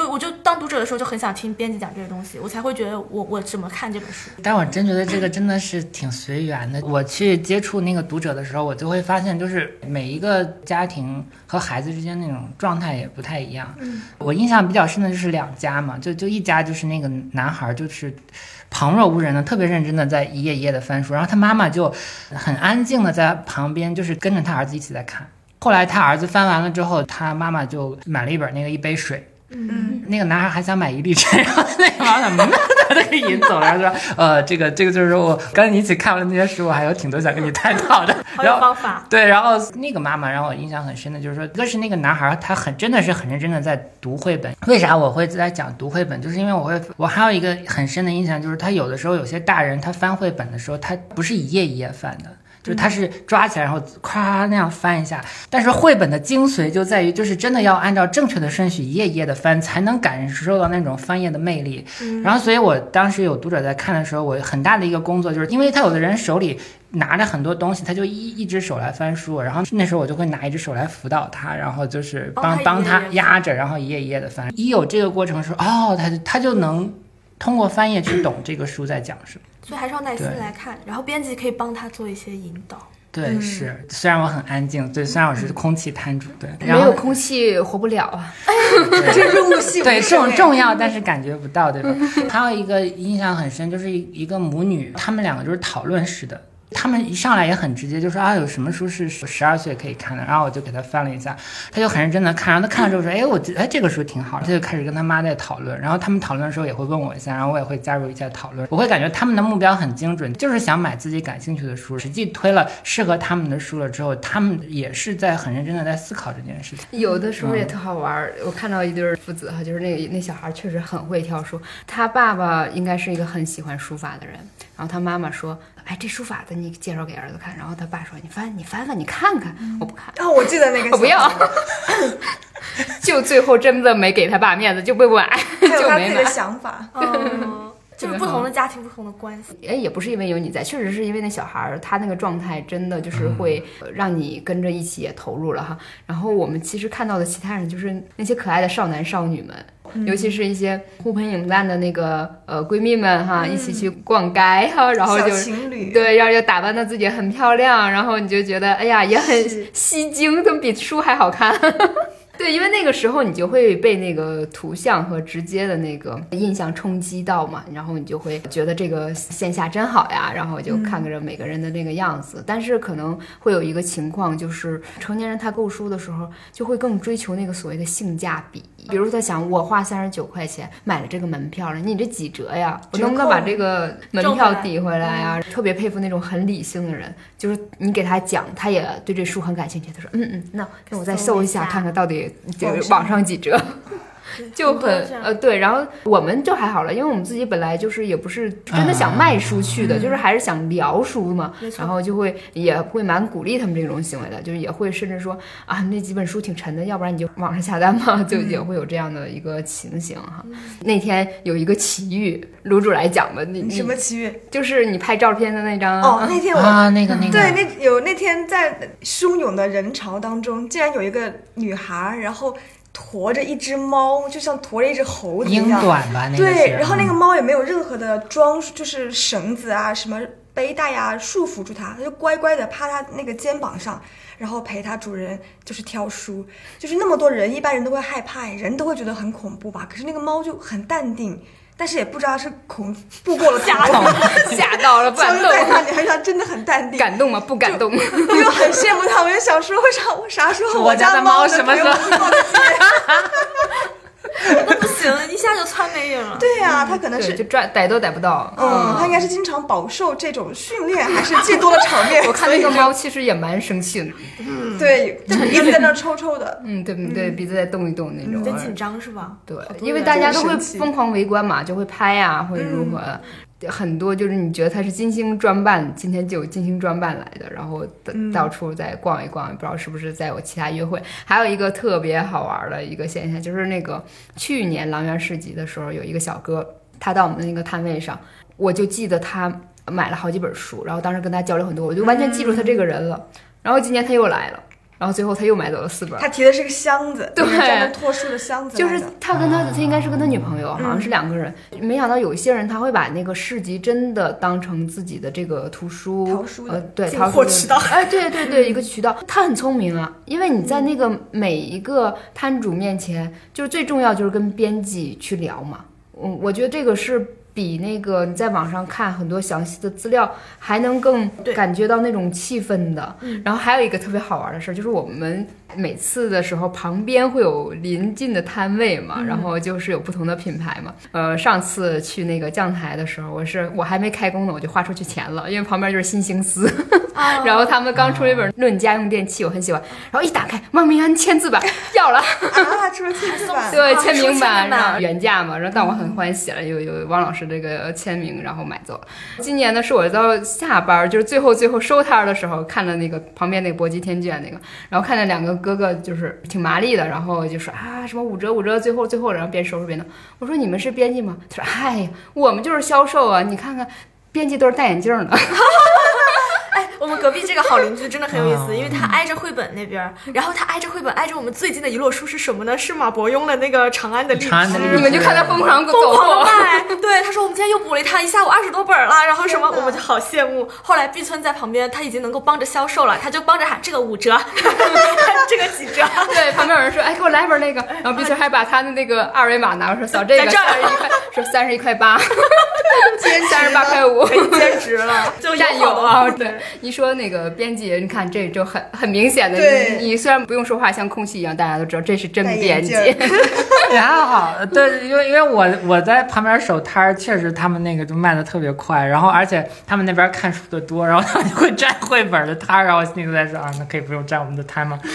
我就当读者的时候就很想听编辑讲这个东西，我才会觉得我怎么看这本书。 但我真觉得这个真的是挺随缘的。我去接触那个读者的时候，我就会发现，就是每一个家庭和孩子之间那种状态也不太一样。我印象比较深的就是2家嘛，就一家就是那个男孩就是旁若无人的，特别认真的在一页一页的翻书，然后他妈妈就很安静的在旁边，就是跟着他儿子一起在看。后来他儿子翻完了之后，他妈妈就买了一本那个一杯水。那个男孩还想买1粒针，然后那个妈妈把他给引走了，然后说这个就是我跟你一起看完那些书，我还有挺多想跟你探讨的。 好有方法。 对，然后那个妈妈让我印象很深的就是说，一个是那个男孩他真的是很认真的在读绘本。为啥我会在讲读绘本，就是因为我还有一个很深的印象，就是他有的时候有些大人他翻绘本的时候，他不是一页一页翻的，就是他是抓起来然后咵那样翻一下，但是绘本的精髓就在于就是真的要按照正确的顺序一页一页的翻，才能感受到那种翻页的魅力。然后所以我当时有读者在看的时候，我很大的一个工作就是，因为他有的人手里拿着很多东西，他就一只手来翻书，然后那时候我就会拿一只手来辅导他，然后就是帮他压着，然后一页一页的翻。一有这个过程的时候，他就能通过翻页去懂这个书在讲什么。 所以还是要耐心来看，然后编辑可以帮他做一些引导。 对，是，虽然我很安静，对，虽然我是空气摊主，对， 没有空气活不了啊。 这润物细无声。 对，重要，但是感觉不到，对吧？还有一个印象很深，就是一个母女，他们2个就是讨论式的。他们一上来也很直接，就说有什么书是12岁可以看的，然后我就给他翻了一下，他就很认真的看，然后他看了之后说，我觉得这个书挺好，他就开始跟他妈在讨论，然后他们讨论的时候也会问我一下，然后我也会加入一下讨论。我会感觉他们的目标很精准，就是想买自己感兴趣的书，实际推了适合他们的书了之后，他们也是在很认真的在思考这件事情。 有的时候也特好玩，我看到一对父子哈，就是那小孩确实很会挑书，他爸爸应该是一个很喜欢书法的人，然后他妈妈说，这书法的你介绍给儿子看，然后他爸说，你翻你看看，我不看。 我记得那个我不要。就最后真的没给他爸面子，就不买， 还有就没买。 他自己的想法。 就是不同的家庭不同的关系。 也不是因为有你在，确实是因为那小孩他那个状态真的就是会让你跟着一起也投入了哈。然后我们其实看到的其他人就是那些可爱的少男少女们，尤其是一些互喷影赞的那个闺蜜们哈，一起去逛街哈，然后就小情侣， 对，然后就打扮的自己很漂亮，然后你就觉得也很吸睛，都比书还好看。对，因为那个时候你就会被那个图像和直接的那个印象冲击到嘛，然后你就会觉得这个线下真好呀，然后就看着每个人的那个样子。但是可能会有一个情况，就是成年人他购书的时候就会更追求那个所谓的性价比，比如他想我花39块钱买了这个门票了，你这几折呀？我能不能把这个门票抵回来呀？特别佩服那种很理性的人，就是你给他讲，他也对这书很感兴趣，他说那我再搜一下看看到底网上几折。就很对，然后我们就还好了，因为我们自己本来就是也不是真的想卖书去的，就是还是想聊书嘛，然后就会也会蛮鼓励他们这种行为的，就是也会甚至说那几本书挺沉的，要不然你就网上下单嘛，就也会有这样的一个情形哈。那天有一个奇遇，卢主来讲吧，你什么奇遇？ 就是你拍照片的那张那天我那个对那天在汹涌的人潮当中，竟然有一个女孩，然后驮着一只猫，就像驮着一只猴子一样， 英短吧，那个对，然后那个猫也没有任何的就是绳子啊、什么背带啊束缚住它，它就乖乖的趴它那个肩膀上，然后陪它主人就是挑书。就是那么多人，一般人都会害怕，人都会觉得很恐怖吧，可是那个猫就很淡定。但是也不知道是度过了吓到了， 相对他，你还他真的很淡定， 感动吗？不感动。 我就很羡慕他，我就想说，我啥时候我家的猫什么时候那不行，一下就窜没影了。 对呀，他可能是就逮都逮不到。 他应该是经常饱受这种训练，还是见多了场面。 我看那个猫其实也蛮生气的。 对，鼻子在那抽抽的。 对，鼻子在动一动那种。 有点紧张是吧？ 对，因为大家都会疯狂围观嘛，就会拍呀，会如何。很多就是你觉得他是精心装扮，今天就有精心装扮来的，然后到处再逛一逛，不知道是不是再有其他约会。还有一个特别好玩的一个现象，就是那个去年郎园市集的时候，有一个小哥，他到我们的那个摊位上，我就记得他买了好几本书，然后当时跟他交流很多，我就完全记住他这个人了。然后今年他又来了。然然后最后他又买走了4本。 他提的是个箱子， 对， 专门托书的箱子， 就是他跟他应该是跟他女朋友，好像是2个人。没想到有一些人他会把那个市集真的当成自己的这个淘书的对进货渠道， 对，一个渠道。他很聪明啊，因为你在那个每一个摊主面前，就是最重要就是跟编辑去聊嘛。我觉得这个是比那个你在网上看很多详细的资料还能更感觉到那种气氛的。然后还有一个特别好玩的事，就是我们每次的时候旁边会有临近的摊位嘛，然后就是有不同的品牌嘛。上次去那个将台的时候，我还没开工呢，我就花出去钱了，因为旁边就是新兴司，然后他们刚出了一本《论家用电器》，我很喜欢，然后一打开，汪明安签字版要了啊，出了签字版， 对，签名版，然后原价嘛，然后但我很欢喜了，有汪老师这个签名，然后买走了。今年呢，是我到下班，就是最后收摊的时候，看了那个旁边那个搏击天卷那个，然后看见2个哥哥就是挺麻利的，然后就说啊什么5折，最后，然后边收拾边弄。我说你们是编辑吗？他说哎呀，我们就是销售啊，你看看编辑都是戴眼镜的。 哎，我们隔壁这个好邻居真的很有意思，因为他挨着绘本那边，然后他挨着绘本，挨着我们最近的一摞书是什么呢？是马伯庸的那个《长安的历史》。 你们就看他疯狂卖。对，他说我们今天又补了一趟，一下午20多本了，然后什么，我们就好羡慕。后来毕村在旁边，他已经能够帮着销售了，他就帮着喊这个5折，这个几折。 对，旁边有人说，哎，给我来本那个，然后毕村还把他的那个2维码拿过来说扫这个31块，说31块8，38块5， 可以兼职了， 就占有啊。对，你说那个编辑，你看这就很明显的，你虽然不用说话，像空气一样，大家都知道这是真编辑。 也还好，对，因为我在旁边守摊，确实他们那个就卖的特别快，然后而且他们那边看书的多，然后他们就会占绘本的摊，然后我心里都在说啊，那可以不用占我们的摊吗？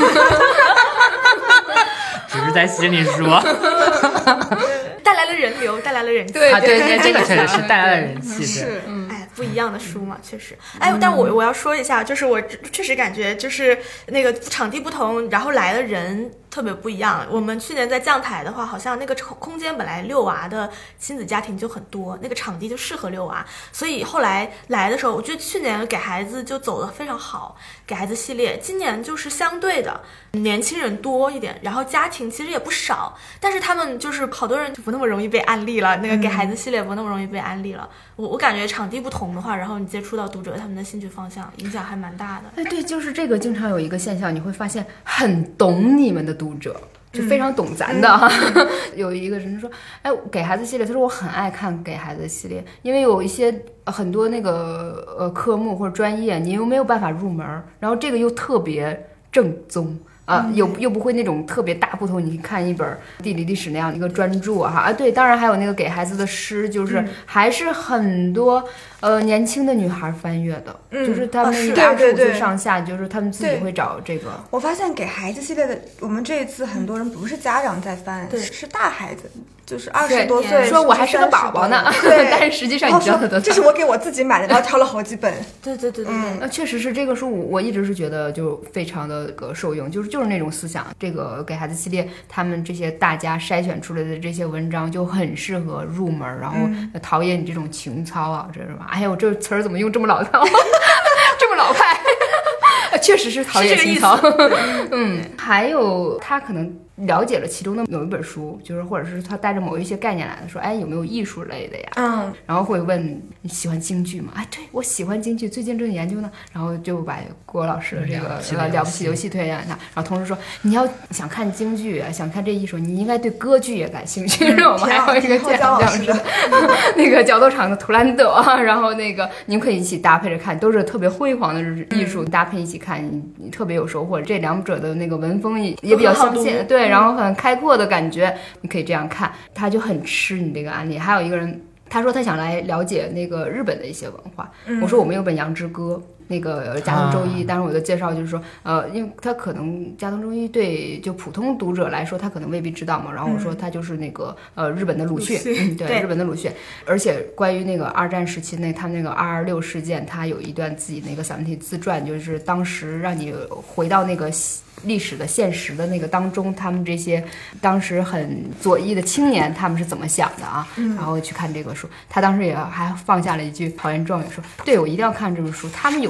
只是在心里说。 带来了人流，带来了人气。 对， 这个确实是带来了人气。 是，哎，不一样的书嘛，确实。哎，但我要说一下，就是我确实感觉就是那个场地不同，然后来的人特别不一样。我们去年在将台的话，好像那个空间本来遛娃的亲子家庭就很多，那个场地就适合遛娃，所以后来来的时候，我觉得去年给孩子就走得非常好，给孩子系列。今年就是相对的年轻人多一点，然后家庭其实也不少，但是他们就是好多人就不那么容易被安利了，那个给孩子系列不那么容易被安利了。我感觉场地不同的话，然后你接触到读者他们的兴趣方向，影响还蛮大的。 哎，对，就是这个经常有一个现象，你会发现很懂你们的读者。就非常懂咱的哈。有一个人说，哎，给孩子系列，他说我很爱看给孩子系列，因为有一些很多那个科目或者专业，你又没有办法入门，然后这个又特别正宗。又不会那种特别大部头，你看一本地理历史那样的一个专著哈对，当然还有那个给孩子的诗，就是还是很多年轻的女孩翻阅的，就是他们25岁上下，就是他们自己会找这个。 我发现给孩子系列的，我们这一次很多人不是家长在翻，是大孩子。就是20多岁， 说我还是个宝宝呢， 对， 但是实际上你知道的， 这是我给我自己买的，然后挑了好几本。 对， 确实是这个书，我一直是觉得就非常的受用，就是那种思想。这个给孩子系列，他们这些大家筛选出来的这些文章就很适合入门，然后陶冶你这种情操啊，这是吧？哎呀，我这词儿怎么用这么老套，这么老派？确实是陶冶情操。还有他可能了解了其中的某一本书，就是或者是他带着某一些概念来的，说哎有没有艺术类的呀？然后会问你喜欢京剧吗？哎，对，我喜欢京剧，最近正研究呢。然后就把郭老师的这个了不起游戏推荐他，然后同时说你要想看京剧，想看这艺术，你应该对歌剧也感兴趣。我们还有一个讲师那个角斗场的图兰德，然后那个你们可以一起搭配着看，都是特别辉煌的艺术，搭配一起看，你特别有收获。这两者的那个文风也比较相近，对。然后很开阔的感觉，你可以这样看，他就很吃你这个案例。还有一个人，他说他想来了解那个日本的一些文化，我说我们有本《羊之歌》。那个加藤周一，当时我的介绍就是说，因为他可能加藤周一对就普通读者来说，他可能未必知道嘛。然后我说他就是那个日本的鲁迅，对，日本的鲁迅。而且关于那个二战时期他们那个226事件，他有一段自己那个散文体自传，就是当时让你回到那个历史的现实的那个当中，他们这些当时很左翼的青年他们是怎么想的啊？然后去看这个书，他当时也还放下了一句豪言壮语，说：“对，我一定要看这本书。他们有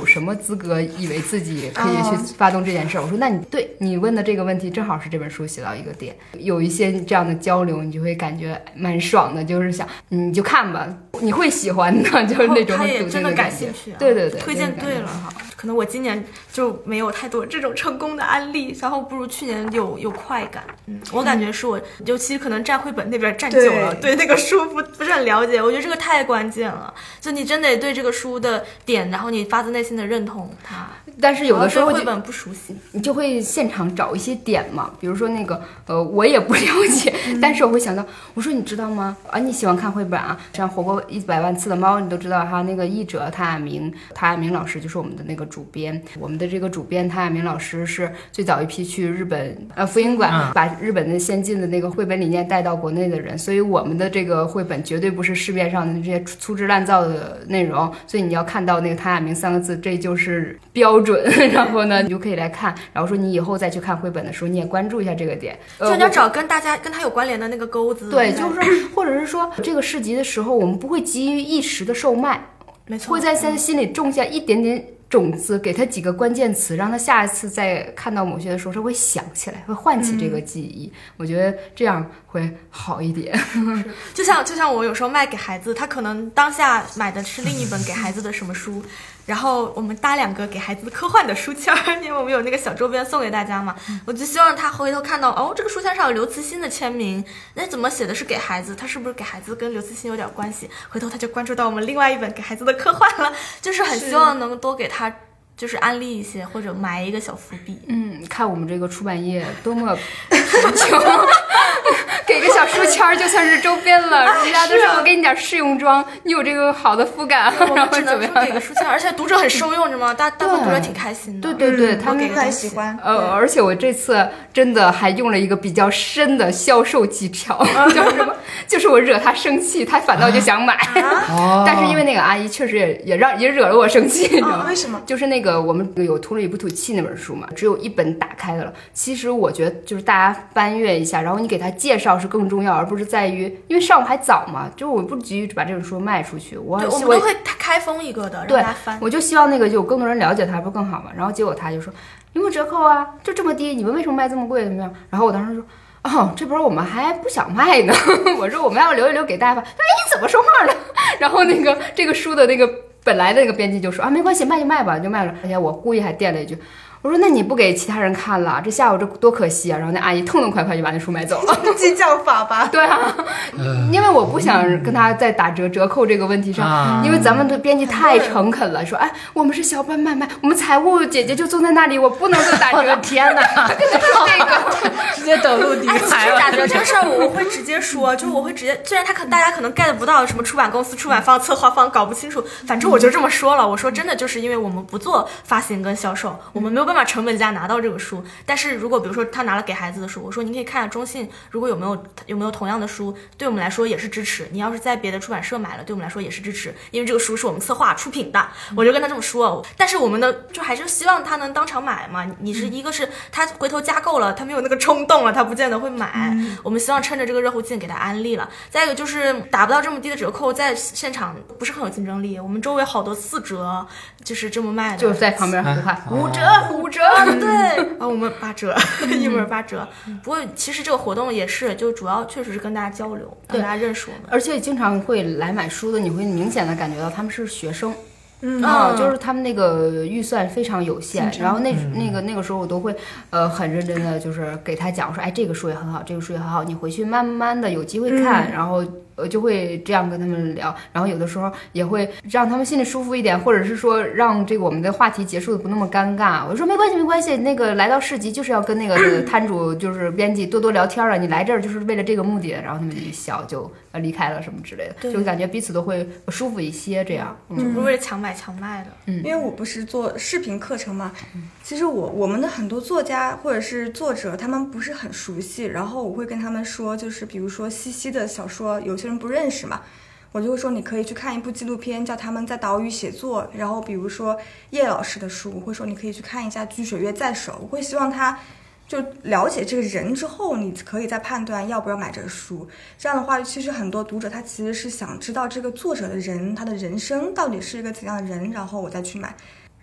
有什么资格以为自己可以去发动这件事儿？我说那你问的这个问题正好是这本书写到一个点，有一些这样的交流，你就会感觉蛮爽的，就是想你就看吧，你会喜欢的，就是那种他也真的感兴趣、啊， 对对对， 推荐对了哈。可能我今年就没有太多这种成功的案例，然后不如去年有快感。我感觉是我，尤其可能站绘本那边站久了，对那个书不是很了解，我觉得这个太关键了。就你真得对这个书的点，然后你发自内心的认同它。 但是有的时候绘本不熟悉， 你就会现场找一些点嘛，比如说那个我也不了解，但是我会想到，我说你知道吗？啊，你喜欢看绘本啊？像活过100万次的猫，你都知道哈，那个译者谭亚明老师就是我们的那个主编，我们的这个主编谭亚明老师是最早一批去日本福音馆把日本的先进的那个绘本理念带到国内的人，所以我们的这个绘本绝对不是市面上的这些粗制滥造的内容，所以你要看到那个谭亚明3个字，这就是标准，然后呢，你就可以来看，然后说你以后再去看绘本的时候，你也关注一下这个点， 就你要找跟他有关联的那个钩子。 对，就是或者是说这个市集的时候，我们不会急于一时的售卖， 没错， 会在他心里种下一点点种子，给他几个关键词，让他下一次再看到某些的时候，他会想起来，会唤起这个记忆。我觉得这样会好一点。 就像我有时候卖给孩子，他可能当下买的是另一本给孩子的什么书，然后我们搭2个给孩子科幻的书签，因为我们有那个小周边送给大家嘛，我就希望他回头看到这个书签上有刘慈欣的签名，那怎么写的是给孩子？他是不是给孩子跟刘慈欣有点关系？回头他就关注到我们另外一本给孩子的科幻了，就是很希望能多给他就是安利一些或者埋一个小伏笔。 看我们这个出版业多么贫穷。给个小书签就算是周边了，人家都说我给你点试用装，你有这个好的肤感，然后怎么样？ 给个书签，而且读者很受用，知道吗？大部分读者挺开心的。 对对对，他们很喜欢。 而且我这次真的还用了一个比较深的销售技巧，就是什么？就是我惹他生气，他反倒就想买。但是因为那个阿姨确实也惹了我生气，你知道吗？ 为什么？ 就是那个我们有《土里不吐气》那本书嘛，只有一本打开的了。其实我觉得就是大家翻阅一下，然后你给他介绍是更重要，而不是在于，因为上午还早嘛，就是我不急于把这本书卖出去，我们都会开封一个的，让他翻。 我就希望那个有更多人了解它，不更好嘛？然后结果他就说有没有折扣啊？就这么低，你们为什么卖这么贵？怎么样？然后我当时说这本我们还不想卖呢。我说我们要留一留给大家吧。他说你怎么说话呢？然后这个书的那个本来的那个编辑就说没关系，卖就卖吧，就卖了。而且我故意还垫了一句。我说那你不给其他人看了，这下午这多可惜啊！然后那阿姨痛痛快快就把那书买走了。 激将法吧？ 对啊，因为我不想跟他在打折扣这个问题上，因为咱们的编辑太诚恳了，说我们是小本买卖，我们财务姐姐就坐在那里，我不能再打折。 我的天哪， 跟他说这个直接抖露底牌了。 打折这个事儿我会直接说，就我会直接，虽然大家可能 get 不到什么出版公司、出版方、策划方搞不清楚，反正我就这么说了。我说真的，就是因为我们不做发行跟销售，我们没有办法成本价拿到这个书，但是如果比如说他拿了给孩子的书，我说你可以看下中信，如果有没有同样的书，对我们来说也是支持。你要是在别的出版社买了，对我们来说也是支持，因为这个书是我们策划出品的。我就跟他这么说，但是我们的就还是希望他能当场买嘛。你是一个是他回头加购了，他没有那个冲动了，他不见得会买。我们希望趁着这个热乎劲给他安利了。再一个就是打不到这么低的折扣，在现场不是很有竞争力。我们周围好多4折，就是这么卖的， 就是在旁边呼喊5折5折。 对，我们8折，一本8折。不过其实这个活动也是，就主要确实是跟大家交流，让大家认识我们。 而且经常会来买书的，你会明显的感觉到他们是学生。就是他们那个预算非常有限，然后那个时候我都会很认真的就是给他讲说，这个书也很好，这个书也很好，你回去慢慢的有机会看，然后就会这样跟他们聊，然后有的时候也会让他们心里舒服一点，或者是说让这个我们的话题结束的不那么尴尬。我说没关系，那个来到市集就是要跟那个摊主就是编辑多聊天啊，你来这儿就是为了这个目的，然后他们一笑就离开了什么之类的，就感觉彼此都会舒服一些这样。 不是为了强买强卖的。 因为我不是做视频课程嘛，其实我们的很多作家或者是作者他们不是很熟悉，然后我会跟他们说，就是比如说西西的小说有些人不认识嘛，我就会说你可以去看一部纪录片叫他们在岛屿写作，然后比如说叶老师的书，我会说你可以去看一下居水月在手，我会希望他就了解这个人之后，你可以再判断要不要买这个书。这样的话，其实很多读者他其实是想知道这个作者的人，他的人生到底是一个怎样的人，然后我再去买。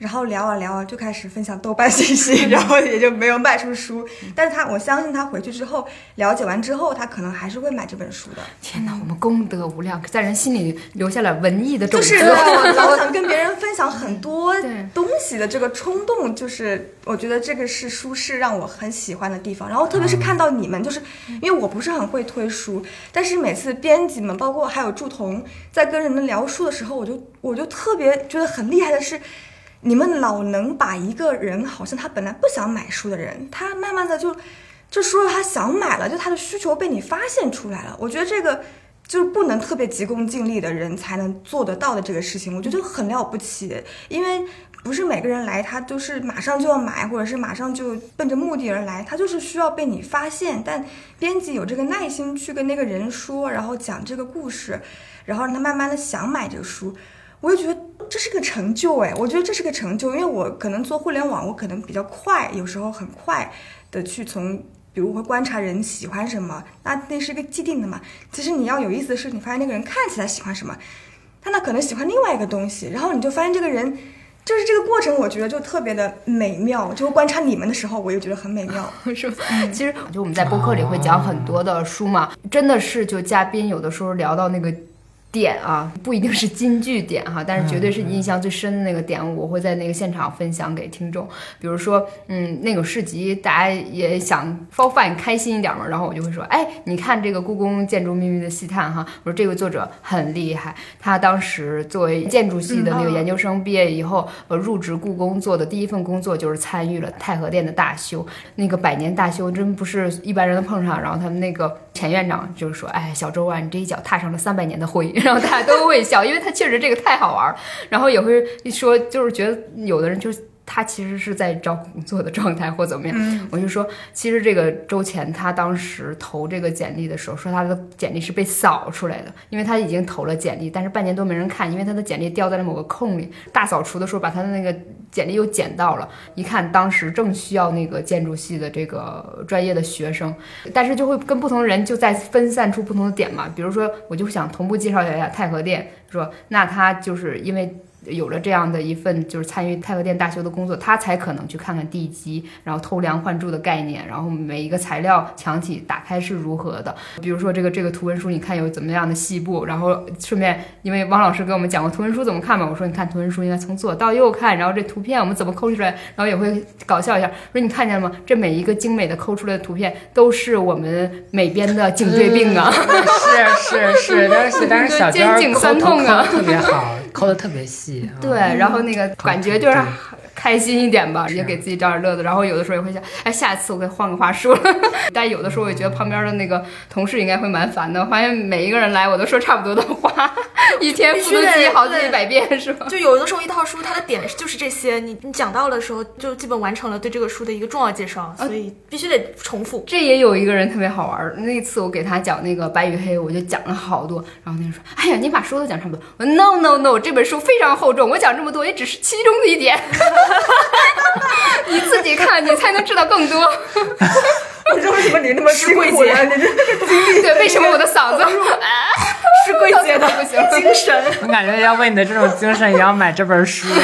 然后聊啊聊啊，就开始分享豆瓣信息，然后也就没有卖出书。但是我相信他回去之后了解完之后，他可能还是会买这本书的。 天哪，我们功德无量，在人心里留下了文艺的种子。 就是我老想跟别人分享很多东西的这个冲动，就是我觉得这个是书是让我很喜欢的地方。然后特别是看到你们，就是因为我不是很会推书，但是每次编辑们，包括还有祝彤，在跟人们聊书的时候，我就特别觉得很厉害的是。你们老能把一个人好像他本来不想买书的人，他慢慢的就说他想买了，就他的需求被你发现出来了。我觉得这个就是不能特别急功近利的人才能做得到的这个事情，我觉得很了不起。因为不是每个人来他都是马上就要买，或者是马上就奔着目的而来，他就是需要被你发现。但编辑有这个耐心去跟那个人说，然后讲这个故事，然后让他慢慢的想买这个书，我就觉得这是个成就。我觉得这是个成就，因为我可能做互联网，我可能比较快，有时候很快的去从比如会观察人喜欢什么，那是一个既定的嘛。其实你要有意思的是，你发现那个人看起来喜欢什么，他可能喜欢另外一个东西，然后你就发现这个人就是这个过程，我觉得就特别的美妙。就观察你们的时候，我也觉得很美妙。 是吧？其实就我们在播客里会讲很多的书嘛，真的是就嘉宾有的时候聊到那个点啊，不一定是金句点哈，但是绝对是印象最深的那个点，我会在那个现场分享给听众。比如说，那个市集，大家也想包饭开心一点嘛，然后我就会说，哎，你看这个故宫建筑秘密的细探哈，我说这个作者很厉害，他当时作为建筑系的那个研究生毕业以后，入职故宫做的第一份工作就是参与了太和殿的大修，那个100年大修真不是一般人能碰上。然后他们那个前院长就是说，哎，小周啊，你这一脚踏上了300年的灰。然后大家都会笑，因为他确实这个太好玩，然后也会说，就是觉得有的人就是他其实是在找工作的状态或怎么样。我就说，其实这个周前他当时投这个简历的时候，说他的简历是被扫出来的，因为他已经投了简历，但是半年多没人看，因为他的简历掉在了某个空里。大扫除的时候把他的那个简历又捡到了，一看当时正需要那个建筑系的这个专业的学生，但是就会跟不同的人就在分散出不同的点嘛。比如说，我就想同步介绍一下太和殿，说那他就是因为有了这样的一份就是参与太和殿大修的工作，他才可能去看看地基，然后偷梁换柱的概念，然后每一个材料墙体打开是如何的。比如说这个图文书，你看有怎么样的细部，然后顺便因为汪老师给我们讲过图文书怎么看嘛，我说你看图文书应该从左到右看，然后这图片我们怎么抠出来，然后也会搞笑一下，说你看见了吗？这每一个精美的抠出来的图片都是我们美编的颈椎病啊。 是，但是小娟肩颈酸痛啊， 特别好，抠的特别细。 对，然后那个感觉就是开心一点吧，也给自己找点乐子。然后有的时候也会想，哎，下次我给换个话术了。但有的时候我也觉得旁边的那个同事应该会蛮烦的，我发现每一个人来我都说差不多的话，一天复读机好几百遍是吧？ 就有的时候一套书它的点就是这些，你讲到的时候就基本完成了对这个书的一个重要介绍，所以必须得重复。 这也有一个人特别好玩，那次我给他讲那个白与黑，我就讲了好多，然后那人说，哎呀，你把书都讲差不多。我说 no， 这本书非常厚重，我讲这么多也只是其中的一点。你自己看，你才能知道更多。 我说为什么你那么辛苦呀？你这个经历， 对，为什么我的嗓子是柜姐的不行精神？ 我感觉要为你的这种精神也要买这本书。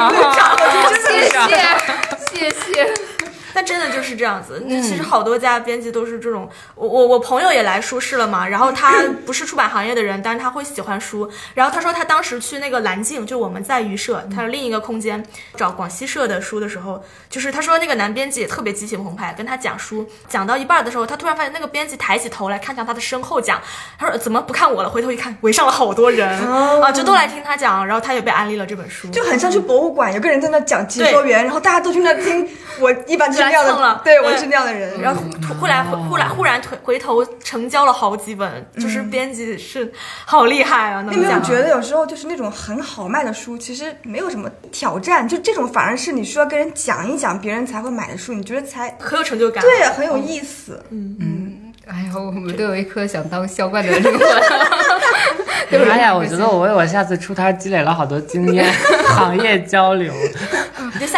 谢谢。 但真的就是这样子，其实好多家编辑都是这种。我朋友也来书市了嘛，然后他不是出版行业的人，但是他会喜欢书。然后他说他当时去那个蓝镜，就我们在榆社，他是另一个空间找广西社的书的时候，就是他说那个男编辑也特别激情澎湃，跟他讲书，讲到一半的时候，他突然发现那个编辑抬起头来看向他的身后讲，他说怎么不看我了？回头一看，围上了好多人啊，就都来听他讲，然后他也被安利了这本书， 就很像去博物馆，有个人在那讲解说员，然后大家都去那听。我一般是那样的，对，我是那样的人。 然后忽然回头成交了好几本，就是编辑是好厉害啊！ 你有没有觉得有时候就是那种很好卖的书，其实没有什么挑战，就这种反而是你需要跟人讲一讲，别人才会买的书，你觉得才很有成就感， 对，很有意思。 哎呀，我们都有一颗想当销冠的灵魂。 哎呀，我觉得我为我下次出摊积累了好多经验，行业交流。 你就下次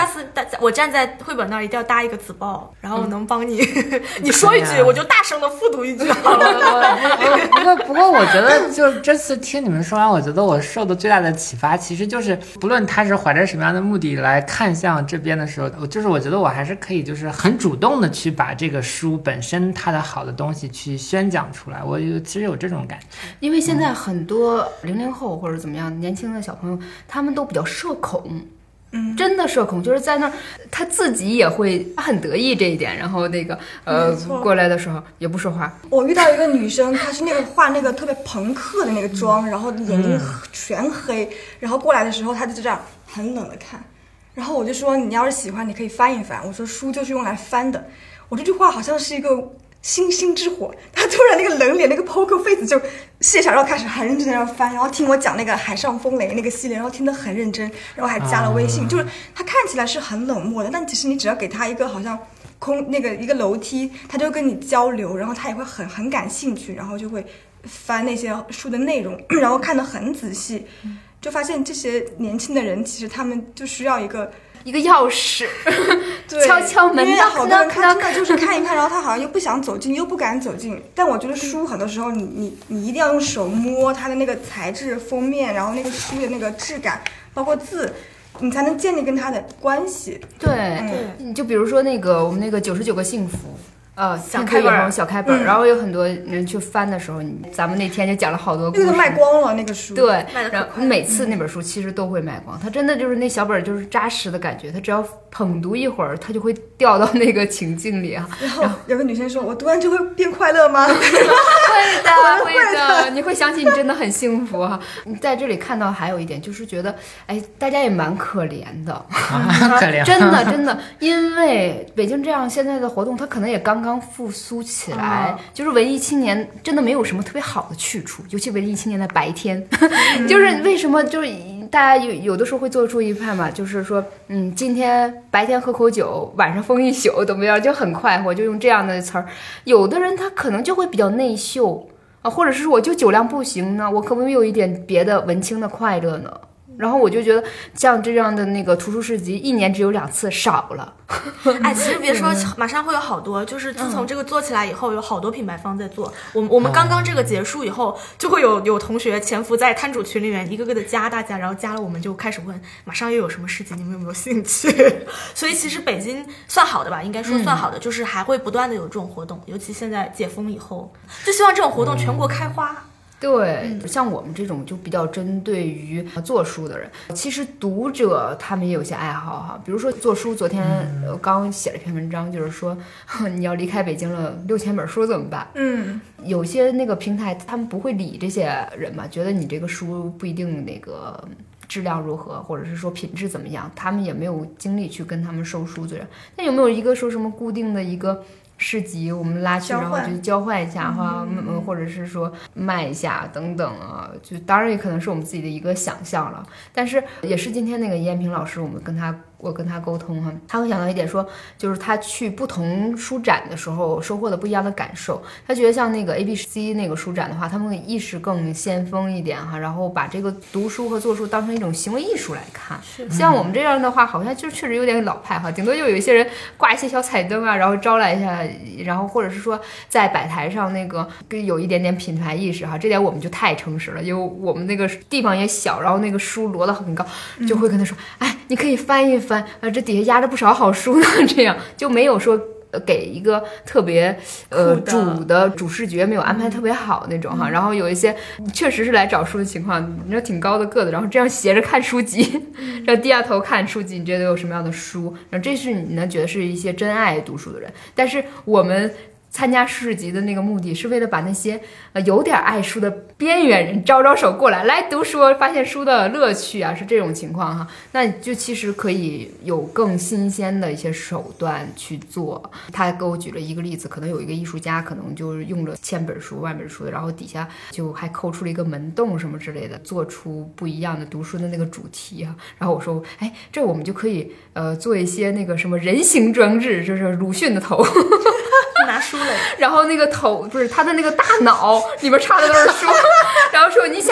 我站在绘本那儿一定要搭一个子报，然后能帮你你说一句我就大声的复读一句好了。 不过我觉得就这次听你们说完，我觉得我受的最大的启发其实就是不论他是怀着什么样的目的来看向这边的时候，就是我觉得我还是可以就是很主动的去把这个书本身它的好的东西去宣讲出来，我其实有这种感觉。 因为现在很多00后或者怎么样年轻的小朋友，他们都比较社恐。真的社恐，就是在那儿他自己也会很得意这一点，然后那个过来的时候也不说话。 我遇到一个女生，她是那个画那个特别朋克的那个妆，然后眼睛全黑，然后过来的时候她就这样很冷的看，然后我就说你要是喜欢你可以翻一翻，我说书就是用来翻的，我这句话好像是一个星星之火，他突然那个冷脸那个 poker face 就卸下，然后开始很认真的要翻，然后听我讲那个海上风雷那个系列，然后听得很认真，然后还加了微信，就是他看起来是很冷漠的，但其实你只要给他一个好像一个楼梯，他就跟你交流，然后他也会很感兴趣，然后就会翻那些书的内容，然后看得很仔细，就发现这些年轻的人其实他们就需要一个钥匙对敲敲门， 因为好多人他真的就是看一看，然后他好像又不想走进又不敢走进，但我觉得书很多时候你一定要用手摸它的那个材质封面，然后那个书的那个质感包括字，你才能建立跟它的关系。 对，就比如说那个我们那个99个幸福小开本， 小开本，然后有很多人去翻的时候，咱们那天就讲了好多故事， 那个卖光了那个书， 对，然后每次那本书其实都会卖光，它真的就是那小本就是扎实的感觉，它只要捧读一会儿，它就会掉到那个情境里啊。 然后有个女生说：“我读完就会变快乐吗？” 会的，你会想起你真的很幸福哈。你在这里看到还有一点就是觉得，哎，大家也蛮可怜的， 可怜， 真的，因为北京这样现在的活动，它可能也刚复苏起来，就是文艺青年真的没有什么特别好的去处，尤其文艺青年的白天，就是为什么就是大家有的时候会做出一派嘛，就是说，今天白天喝口酒，晚上疯一宿，怎么样，就很快活，就用这样的词儿。有的人他可能就会比较内秀啊，或者是我就酒量不行呢，我可不可以有一点别的文青的快乐呢？然后我就觉得像这样的那个图书市集1年只有2次，少了。 哎，其实别说，马上会有好多，就是自从这个做起来以后，有好多品牌方在做。我们刚刚这个结束以后，就会有同学潜伏在摊主群里面，一个个的加大家，然后加了我们就开始问，马上又有什么事情，你们有没有兴趣？所以其实北京算好的吧，应该说算好的，就是还会不断的有这种活动，尤其现在解封以后，就希望这种活动全国开花。 对，像我们这种就比较针对于做书的人，其实读者他们也有些爱好哈，比如说做书，昨天刚写了一篇文章，就是说你要离开北京了，6000本书怎么办？有些那个平台他们不会理这些人嘛，觉得你这个书不一定那个质量如何，或者是说品质怎么样，他们也没有精力去跟他们收书的人。那有没有一个说什么固定的一个市集，我们拉去，然后就交换一下哈，或者是说卖一下等等啊，就当然也可能是我们自己的一个想象了，但是也是今天那个燕平老师，我跟他沟通哈，他会想到一点说，就是他去不同书展的时候收获的不一样的感受。他觉得像那个 ABC 那个书展的话，他们意识更先锋一点哈，然后把这个读书和做书当成一种行为艺术来看。像我们这样的话，好像就确实有点老派哈，顶多就有一些人挂一些小彩灯啊，然后招来一下，然后或者是说在摆台上那个有一点点品牌意识哈，这点我们就太诚实了，因为我们那个地方也小，然后那个书摞得很高，就会跟他说，哎，你可以翻一翻。这底下压着不少好书呢，这样就没有说给一个特别主视觉没有安排特别好那种哈，然后有一些确实是来找书的情况，你说挺高的个子，然后这样斜着看书籍，然后低下头看书籍，你觉得有什么样的书？然后这是你能觉得是一些真爱读书的人，但是我们参加市集的那个目的是为了把那些有点爱书的边缘人招手过来读书，发现书的乐趣啊，是这种情况哈。那就其实可以有更新鲜的一些手段去做。他给我举了一个例子，可能有一个艺术家可能就用了1000本书、100本书的，然后底下就还抠出了一个门洞什么之类的，做出不一样的读书的那个主题啊。然后我说，哎，这我们就可以做一些那个什么人形装置，就是鲁迅的头。拿书来，然后那个头不是他的那个大脑里边插的都是书，然后说你想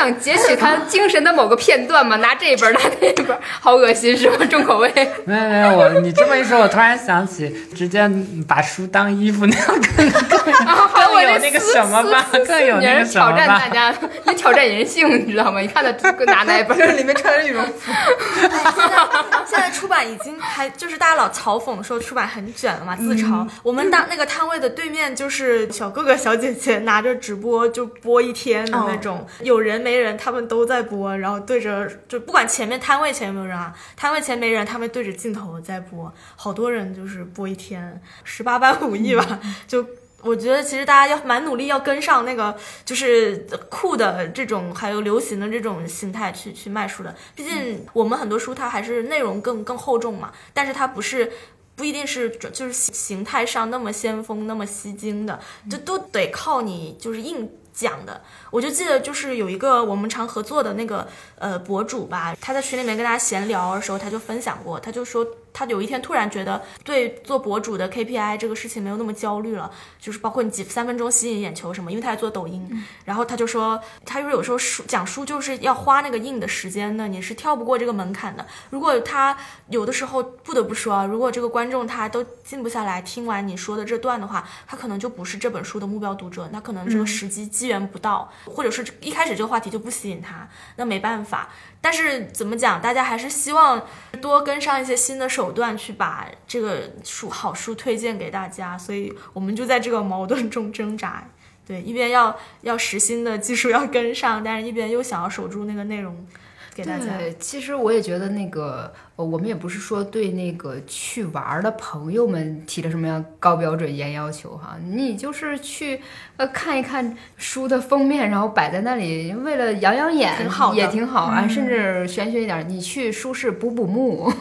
想截取他精神的某个片段嘛，拿这一本拿那一本，好恶心是吗？重口味。 没有，你这么一说，我突然想起，直接把书当衣服那样更有那个什么吧，更有那个什么吧。 挑战大家，你挑战人性，你知道吗？你看他拿哪一本， 里面穿着羽绒服。 现在出版已经就是大家老嘲讽说出版很卷了嘛，自嘲。我们那个摊位的对面就是小哥哥小姐姐拿着直播就播一天的那种，有人没人他们都在播，然后对着就不管前面摊位前有没有人啊，摊位前没人，他们对着镜头在播，好多人就是播一天，18般武艺吧，就。我觉得其实大家要蛮努力，要跟上那个就是酷的这种，还有流行的这种心态去卖书的。毕竟我们很多书它还是内容更厚重嘛，但是它不一定是就是形态上那么先锋、那么吸睛的，这都得靠你就是硬讲的。我就记得就是有一个我们常合作的那个博主吧，他在群里面跟大家闲聊的时候，他就分享过，他就说他有一天突然觉得对做博主的 KPI 这个事情没有那么焦虑了，就是包括你3分钟吸引眼球什么，因为他在做抖音，然后他就说有时候讲书就是要花那个硬的时间的，你是跳不过这个门槛的。如果他有的时候不得不说，如果这个观众他都静不下来听完你说的这段的话，他可能就不是这本书的目标读者，他可能这个时机缘不到，或者是一开始这个话题就不吸引他，那没办法。但是怎么讲，大家还是希望多跟上一些新的手段去把这个好书推荐给大家，所以我们就在这个矛盾中挣扎。对，一边要实新的技术要跟上，但是一边又想要守住那个内容给大家。 对，其实我也觉得那个我们也不是说对那个去玩的朋友们提了什么样高标准严要求哈，你就是去看一看书的封面，然后摆在那里，为了养眼挺好的也挺好啊，甚至玄学一点，你去书市补目。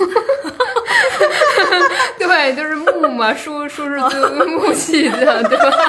对，就是木嘛，书是木器的，对吧？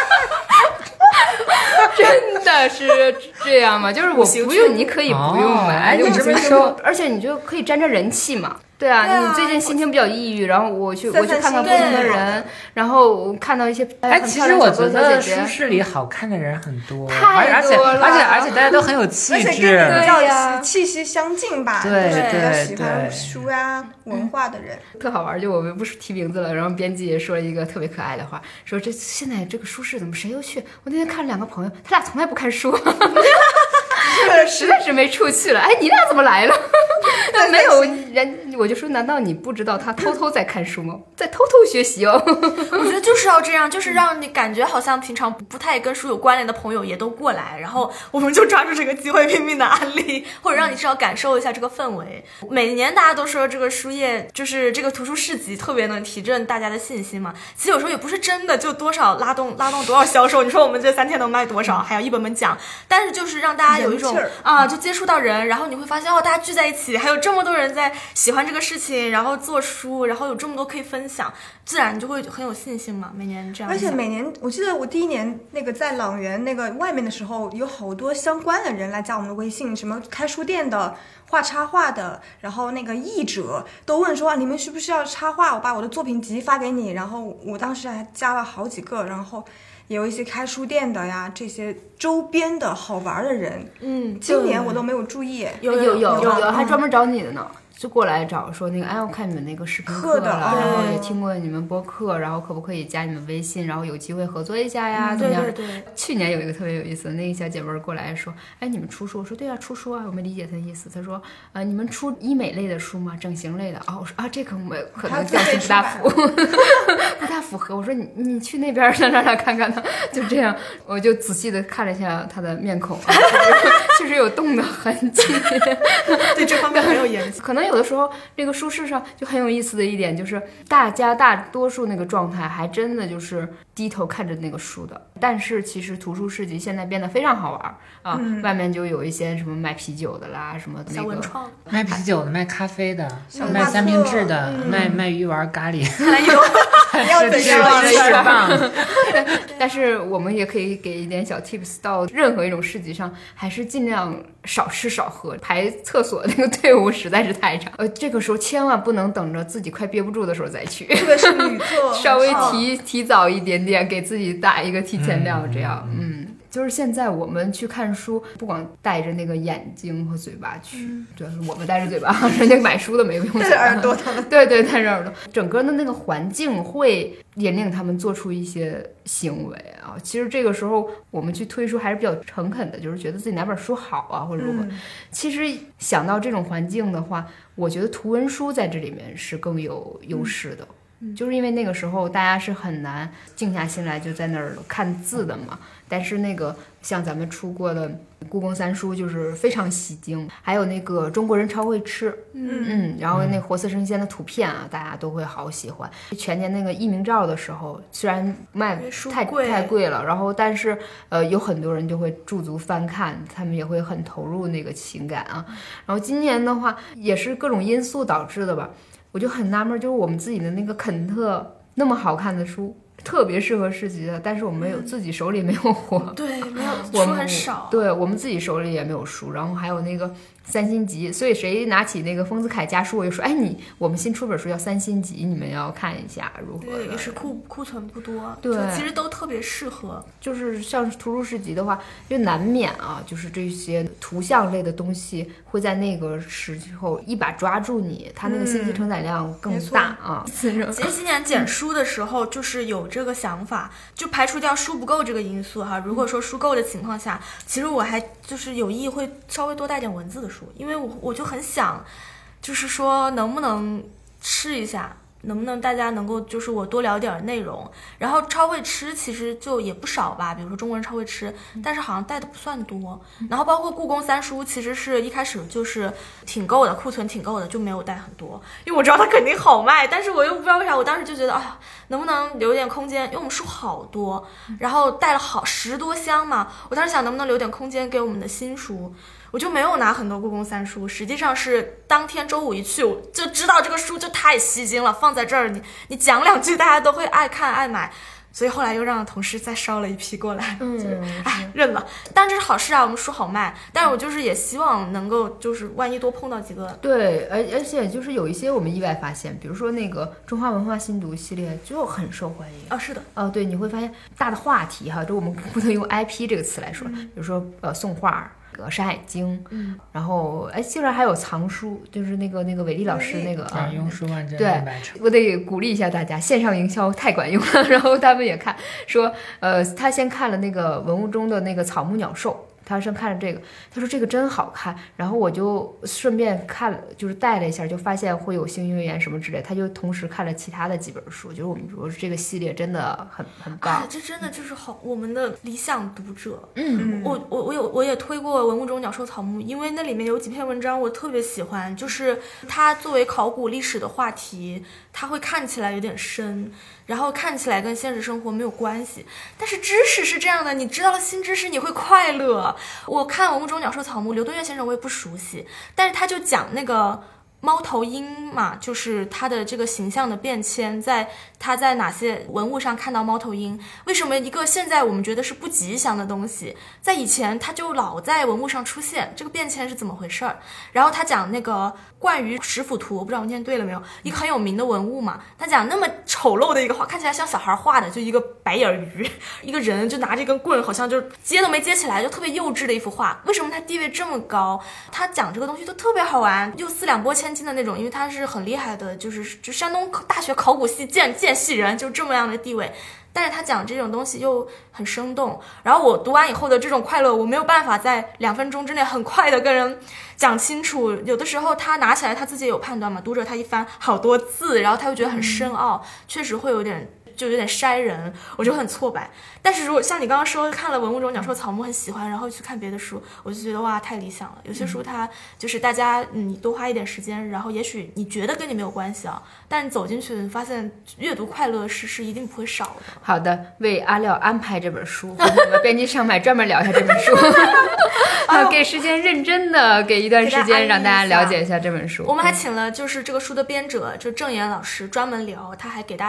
真的是这样吗？就是我不用，你可以不用买， 你这么说， 而且你就可以沾沾人气嘛。对啊，你最近心情比较抑郁，然后我去看看不同的人，然然后看到一些其实我觉得书市里好看的人很多， 太多了， 而且大家都很有气质， 比较气息相近吧， 对， 比较喜欢书啊文化的人， 特好玩。就我们不是提名字了，然后编辑也说了一个特别可爱的话，说这现在这个书市怎么谁都去？我那天看2个朋友，他俩从来不看书。实在是没处去了。哎，你俩怎么来了？没有人，我就说，难道你不知道他偷偷在看书吗？在偷偷学习哦。 我觉得就是要这样，就是让你感觉好像平常不太跟书有关联的朋友也都过来，然后我们就抓住这个机会拼命的安利，或者让你至少感受一下这个氛围。每年大家都说这个书业就是这个图书市集特别能提振大家的信心嘛，其实有时候也不是真的就多少拉动多少销售，你说我们这3天能卖多少，还有一本本讲，但是就是让大家有一种啊，就接触到人，然后你会发现哦，大家聚在一起，还有这么多人在喜欢这个事情，然后做书，然后有这么多可以分享，自然就会很有信心嘛。每年这样， 而且每年我记得我第一年那个在朗园那个外面的时候，有好多相关的人来加我们的微信，什么开书店的、画插画的，然后那个译者都问说啊，你们需不需要插画？我把我的作品集发给你。然后我当时还加了好几个，然后也有一些开书店的呀，这些周边的好玩的人。今年我都没有注意， 有还专门找你的呢。就过来找说那个，哎，我看你们那个视频课了，然后也听过你们播客，然后可不可以加你们微信，然后有机会合作一下呀？怎么样？ 对。 去年有一个特别有意思的，那个小姐妹过来说，哎，你们出书？我说对啊，出书啊。我没理解她的意思，她说，你们出医美类的书吗？整形类的？哦，我说啊，这个我可能调性不大符，不大符合。我说你去那边让看看呢。就这样，我就仔细的看了一下她的面孔，确实有动的痕迹， 对这方面很有研究， 可能。有的时候这个书市上就很有意思的一点就是大家大多数那个状态还真的就是低头看着那个书的，但是其实图书市集现在变得非常好玩啊，外面就有一些什么卖啤酒的啦，什么那个小文创卖啤酒的，卖咖啡的，卖三明治的，卖鱼丸咖喱， 要怎样？ 但是我们也可以给一点小 tips， 到任何一种市集上还是尽量少吃少喝，排厕所那个队伍实在是太长，这个时候千万不能等着自己快憋不住的时候再去， 特别是女厕， 稍微提早一点点，给自己打一个提前量，这样就是现在我们去看书，不光带着那个眼睛和嘴巴去，对，我们带着嘴巴，人家买书的没用， 带着耳朵， 对对，带着耳朵，整个的那个环境会引领他们做出一些行为啊。其实这个时候我们去推书还是比较诚恳的，就是觉得自己哪本书好啊，或者如何。其实想到这种环境的话，我觉得图文书在这里面是更有优势的。就是因为那个时候大家是很难静下心来就在那儿看字的嘛，但是那个像咱们出过的故宫三书就是非常吸睛，还有那个中国人超会吃，然后那活色生鲜的图片啊，大家都会好喜欢。全年那个译名照的时候，虽然卖太贵了，然后但是有很多人就会驻足翻看，他们也会很投入那个情感啊。然后今年的话也是各种因素导致的吧。我就很纳闷，就是我们自己的那个肯特那么好看的书，特别适合市集的，但是我们自己手里没有货， 对，没有书很少， 对我们自己手里也没有书，然后还有那个三星集，所以谁拿起那个丰子恺家书，我就说，哎，我们新出本书叫三星集，你们要看一下如何的。 对，也是库存不多， 对， 其实都特别适合。 就是像图书市集的话，就难免啊，就是这些图像类的东西会在那个时候一把抓住你，它那个信息承载量更大啊。 其实今年捡书的时候，就是有这个想法，就排除掉书不够这个因素哈。如果说书够的情况下，其实我还就是有意会稍微多带点文字的书，因为我就很想，就是说能不能试一下。能不能大家能够就是我多聊点内容，然后超会吃其实就也不少吧，比如说中国人超会吃，但是好像带的不算多。然后包括故宫三书，其实是一开始就是挺够的，库存挺够的，就没有带很多，因为我知道它肯定好卖，但是我又不知道为啥，我当时就觉得哎呀，能不能留点空间，因为我们书好多，然后带了10多箱嘛，我当时想能不能留点空间给我们的新书。我就没有拿很多故宫三书，实际上是当天周五一去，我就知道这个书就太吸睛了，放在这儿你讲2句，大家都会爱看爱买，所以后来又让同事再烧了一批过来，认了。但这是好事啊，我们书好卖，但是我就是也希望能够就是万一多碰到几个。 对，而且就是有一些我们意外发现，比如说那个中华文化新读系列就很受欢迎啊，是的， 对，你会发现大的话题哈，就我们不能用 IP 这个词来说，比如说宋画。山海经，然后竟然还有藏书，就是那个韦丽老师那个用书万针对，我得鼓励一下大家，线上营销太管用了。然后他们也看说，他先看了那个文物中的那个草木鸟兽。他先看了这个，他说这个真好看，然后我就顺便看了，就是带了一下，就发现会有星云园什么之类，他就同时看了其他的几本书，就是我们说这个系列真的很棒， 这真的就是好我们的理想读者。我也推过文物中鸟兽草木，因为那里面有几篇文章我特别喜欢，就是它作为考古历史的话题，它会看起来有点深，然后看起来跟现实生活没有关系，但是知识是这样的，你知道了新知识你会快乐。我看文物中鸟兽草木，刘敦岳先生我也不熟悉，但是他就讲那个猫头鹰嘛，就是他的这个形象的变迁，他在哪些文物上看到猫头鹰，为什么一个现在我们觉得是不吉祥的东西，在以前他就老在文物上出现，这个变迁是怎么回事儿。然后他讲那个冠于石斧图，我不知道我念对了没有，一个很有名的文物嘛，他讲那么丑陋的一个画，看起来像小孩画的，就一个白眼鱼，一个人就拿着一根棍，好像就接都没接起来，就特别幼稚的一幅画，为什么他地位这么高？他讲这个东西都特别好玩，又4两拨千斤的那种，因为他是很厉害的，就山东大学考古系见系人，就这么样的地位。但是他讲这种东西又很生动，然后我读完以后的这种快乐，我没有办法在2分钟之内很快的跟人讲清楚。有的时候他拿起来他自己也有判断嘛，读者他一翻好多字，然后他又觉得很深奥，确实会有点筛人，我就很挫败。但是如果像你刚刚说看了文物中鸟兽草木很喜欢，然后去看别的书，我就觉得哇太理想了。有些书它就是大家你多花一点时间，然后也许你觉得跟你没有关系啊，但你走进去你发现阅读快乐是一定不会少的。 好的，为阿廖安排这本书，我们编辑上麦专门聊一下这本书给时间认真的给一段时间让大家了解一下这本书。 我们还请了就是这个书的编者就郑岩老师专门聊，他还给大家也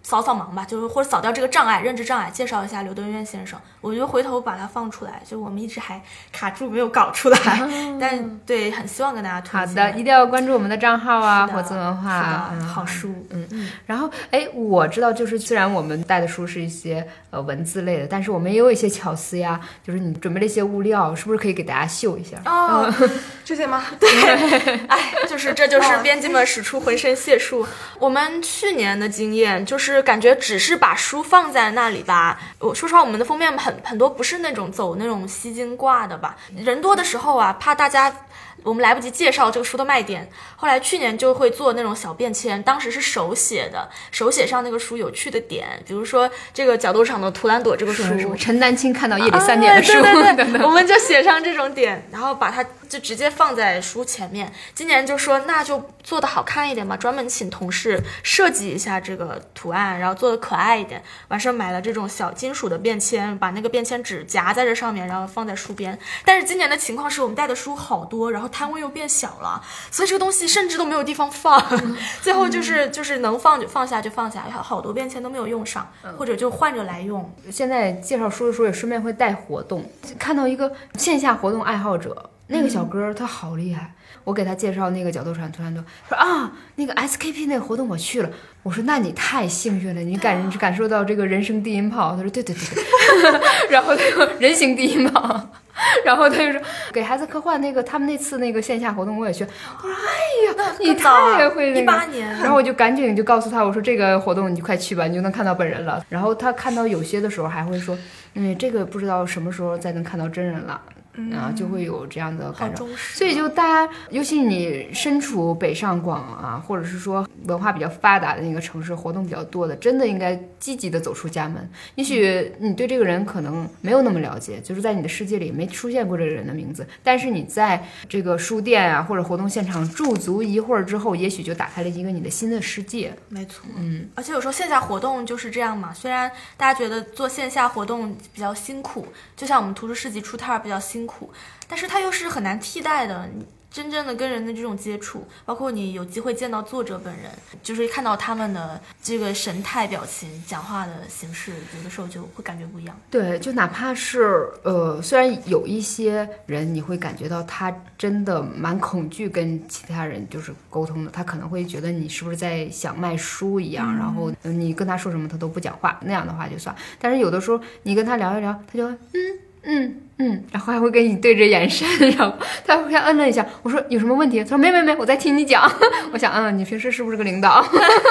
扫盲吧，就是或者扫掉这个障碍，认知障碍，介绍一下刘德渊先生。我就回头把它放出来，就我们一直还卡住没有搞出来，但对，很希望跟大家推荐。 好的，一定要关注我们的账号啊，火字文化， 好书。 然后我知道，就是虽然我们带的书是一些文字类的，但是我们也有一些巧思呀，就是你准备了一些物料，是不是可以给大家秀一下？ 哦，这些吗？ 对，这就是编辑们使出浑身解数。我们去年的经验就是感觉只是把书放在那里吧，我说实话，我们的封面很多不是那种走那种吸睛挂的吧，人多的时候啊，怕大家我们来不及介绍这个书的卖点，后来去年就会做那种小便签，当时是手写的，手写上那个书有趣的点，比如说这个角斗场的图兰朵这个书， 陈丹青看到夜里3点的书， 对，我们就写上这种点，然后把它就直接放在书前面。今年就说那就做的好看一点嘛，专门请同事设计一下这个图案，然后做的可爱一点，完事买了这种小金属的便签，把那个便签纸夹在这上面，然后放在书边。但是今年的情况是我们带的书好多，然后摊位又变小了，所以这个东西甚至都没有地方放，最后就是能放就放下就放下，好多便签都没有用上，或者就换着来用。 现在介绍书的时候也顺便会带活动，看到一个线下活动爱好者，那个小哥他好厉害，我给他介绍那个角斗场图兰朵，说啊，那个 SKP 那个活动我去了。我说那你太幸运了，你感受到这个人生低音炮。他说对，然后他说人形低音炮，然后他就说给孩子科幻那个他们那次那个线下活动我也去。我说哎呀，你太会那个 18年， 然后我就赶紧就告诉他，我说这个活动你就快去吧，你就能看到本人了。然后他看到有些的时候还会说，这个不知道什么时候再能看到真人了。就会有这样的感受，所以就大家，尤其你身处北上广啊，或者是说文化比较发达的那个城市，活动比较多的，真的应该积极的走出家门。也许你对这个人可能没有那么了解，就是在你的世界里没出现过这个人的名字，但是你在这个书店啊或者活动现场驻足一会儿之后，也许就打开了一个你的新的世界。 没错，而且有时候线下活动就是这样嘛，虽然大家觉得做线下活动比较辛苦，就像我们图书市集出摊比较辛苦，但是它又是很难替代的。真正的跟人的这种接触，包括你有机会见到作者本人，就是看到他们的这个神态、表情、讲话的形式，有的时候就会感觉不一样。 对，就哪怕是虽然有一些人你会感觉到他真的蛮恐惧跟其他人就是沟通的，他可能会觉得你是不是在想卖书一样，然后你跟他说什么他都不讲话，那样的话就算。但是有的时候你跟他聊一聊，他就然后还会跟你对着眼神，然后他会摁了一下，我说有什么问题？他说没，我在听你讲。我想，你平时是不是个领导？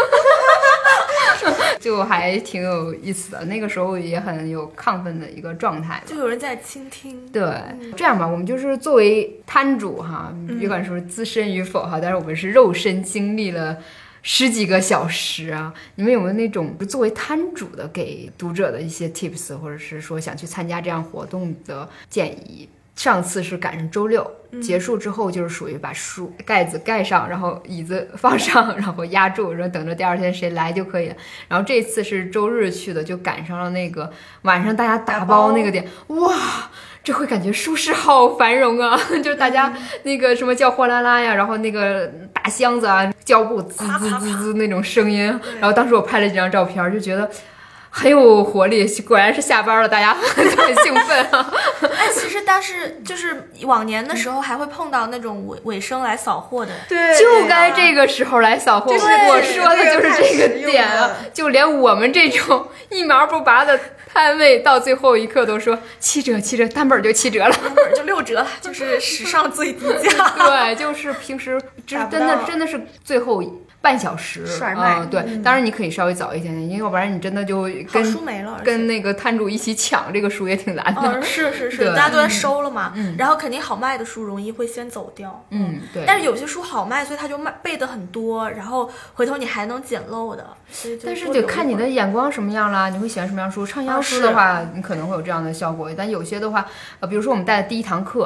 就还挺有意思的，那个时候也很有亢奋的一个状态， 就有人在倾听。 对，这样吧，我们就是作为摊主哈，别管说资深与否哈，但是我们是肉身经历了10几个小时啊，你们有没有那种作为摊主的给读者的一些 tips， 或者是说想去参加这样活动的建议？上次是赶上周六，结束之后就是属于把书盖子盖上，然后椅子放上，然后压住，然后等着第二天谁来就可以了。然后这次是周日去的，就赶上了那个晚上大家打包那个点，哇！这会感觉书市好繁荣啊，就是大家那个什么叫货拉拉呀，然后那个大箱子啊，胶布滋滋滋滋那种声音，然后当时我拍了几张照片，就觉得很有活力，果然是下班了，大家很兴奋啊。 其实但是就是往年的时候还会碰到那种尾声来扫货的， 对， 就该这个时候来扫货。我说的就是这个点啊，就连我们这种一毛不拔的摊位，到最后一刻都说7折，单本就7折了， 单本就6折了，就是史上最低价。 对，就是平时真的是最后半小时甩卖。 对，当然你可以稍微早一点点，因为要不然你真的就跟书没了， 跟那个摊主一起抢这个书也挺难的。 是，大家都在收了嘛，然后肯定好卖的书容易会先走掉。 对。 但是有些书好卖，所以它就备的很多，然后回头你还能捡漏的。 但是得看你的眼光什么样啦，你会喜欢什么样书？畅销书的话，你可能会有这样的效果，但有些的话，比如说我们带的第一堂课。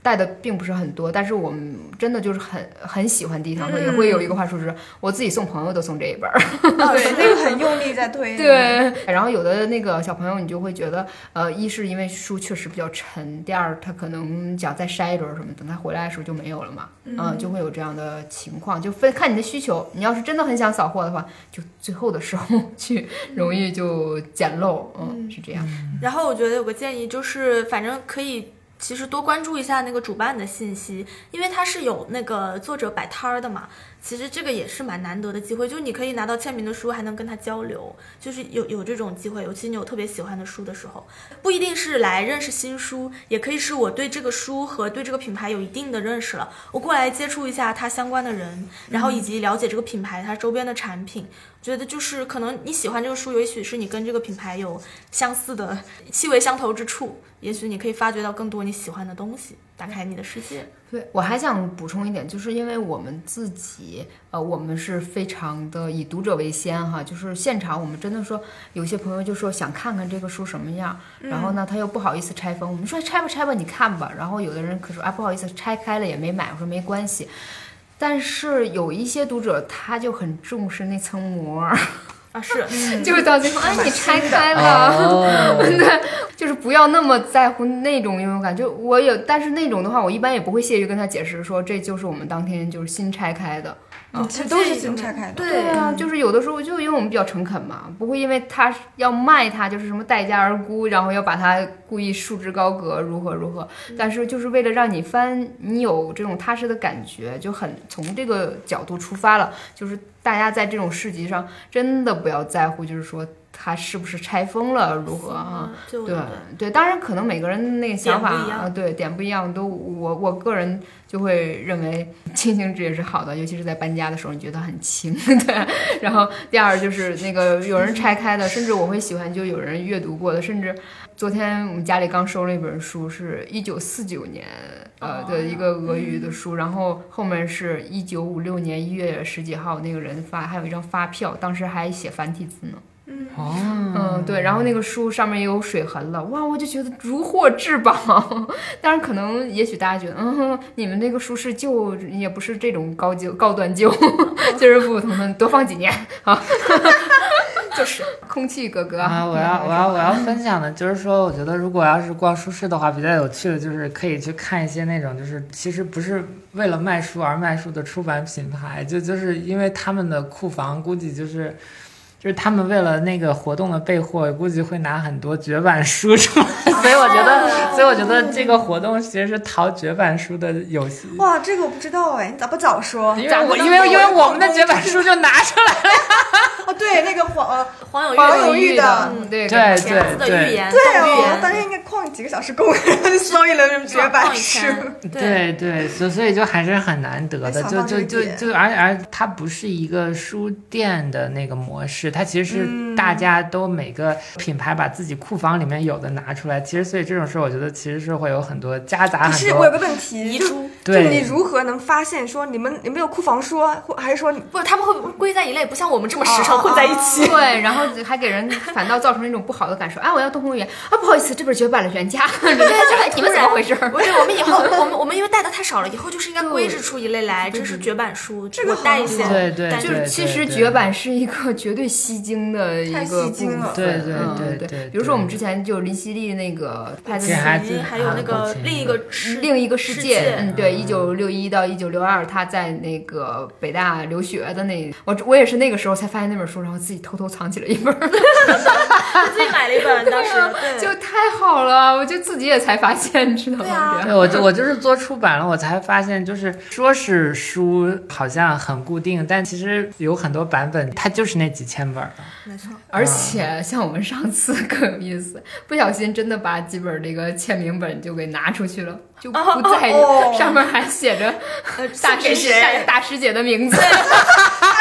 带的并不是很多，但是我们真的就是很喜欢第一堂课，也会有一个话术是我自己送朋友都送这一本对，那个很用力在推。 对，然后有的那个小朋友你就会觉得，一是因为书确实比较沉，第二他可能想再筛一轮什么，等他回来的时候就没有了嘛，就会有这样的情况，就看你的需求。你要是真的很想扫货的话，就最后的时候去，容易就捡漏，是这样。 然后我觉得有个建议就是，反正可以。其实多关注一下那个主办的信息，因为他是有那个作者摆摊儿的嘛。其实这个也是蛮难得的机会，就你可以拿到签名的书，还能跟他交流，就是有这种机会。尤其你有特别喜欢的书的时候，不一定是来认识新书，也可以是我对这个书和对这个品牌有一定的认识了，我过来接触一下他相关的人，然后以及了解这个品牌它周边的产品。觉得就是可能你喜欢这个书，也许是你跟这个品牌有相似的气味相投之处，也许你可以发掘到更多你喜欢的东西，打开你的世界。 对，我还想补充一点，就是因为我们自己，我们是非常的以读者为先哈，就是现场我们真的说，有些朋友就说想看看这个书什么样，然后呢他又不好意思拆封，我们说拆吧，你看吧，然后有的人可说不好意思，拆开了也没买，我说没关系。但是有一些读者他就很重视那层膜啊， 是， 就是到最后，你拆开了，对，就是不要那么在乎那种拥有感。就我有，但是那种的话，我一般也不会屑于跟他解释说这就是我们当天就是新拆开的。 其实都是新拆开的。 对啊，就是有的时候就因为我们比较诚恳嘛，不会因为他要卖它就是什么待价而沽，然后要把它故意束之高阁，如何。但是就是为了让你翻，你有这种踏实的感觉，就很从这个角度出发了。就是大家在这种市集上真的不要在乎，就是说它是不是拆封了，如何啊？对，当然可能每个人那个想法对点不一样，都我个人就会认为轻型纸也是好的，尤其是在搬家的时候，你觉得很轻，对。然后第二就是那个有人拆开的，甚至我会喜欢就有人阅读过的，甚至昨天我们家里刚收了一本书，是1949年的一个俄语的书，然后后面是1956年1月10几号那个人发，还有一张发票，当时还写繁体字呢。对，然后那个书上面也有水痕了，哇，我就觉得如获至宝。当然可能也许大家觉得你们那个书是旧，也不是这种高端旧，就是普普通通多放几年啊。就是空气哥哥啊，我要分享的就是说，我觉得如果要是逛书市的话，比较有趣的就是可以去看一些那种就是其实不是为了卖书而卖书的出版品牌，就是因为他们的库房估计就是他们为了那个活动的备货，估计会拿很多绝版书出来，所以我觉得这个活动其实是淘绝版书的游戏。 哇，这个我不知道哎，你咋不早说？ 因为我们的绝版书就拿出来了。 哦，对，那个黄永玉的， 对的预言， 对哦，当天应该旷几个小时够搜一轮绝版书。 对，所以就还是很难得的，就而它不是一个书店的那个模式。它其实是大家都每个品牌把自己库房里面有的拿出来，其实所以这种事我觉得其实是会有很多夹杂很多。 可是我有个问题， 遗珠， 就你如何能发现说你们有库房书，还是说不，他们会归在一类，不像我们这么时常混在一起。 对，然后还给人反倒造成一种不好的感受。我要动物园啊，不好意思，这本绝版了原价。人家讲你们怎么回事？ 不是，我们以后我们因为带的太少了，以后就是应该归置出一类来，这是绝版书， 这个带一些。 对， 就是其实绝版是一个绝对吸睛的一个部分。 对， 比如说我们之前就林希利那个拍的还有那个另一个世界，对，1961到1962，他在那个北大留学的那，我也是那个时候才发现那本书，然后自己偷偷藏起了一本， 自己买了一本，当时就太好了，我就自己也才发现，你知道吗？ 对，我就是做出版了，我才发现，就是说是书好像很固定，但其实有很多版本，它就是那几千本。 没错， 而且像我们上次更有意思，不小心真的把几本这个签名本就给拿出去了，就不在意，上面还写着大师姐的名字。 大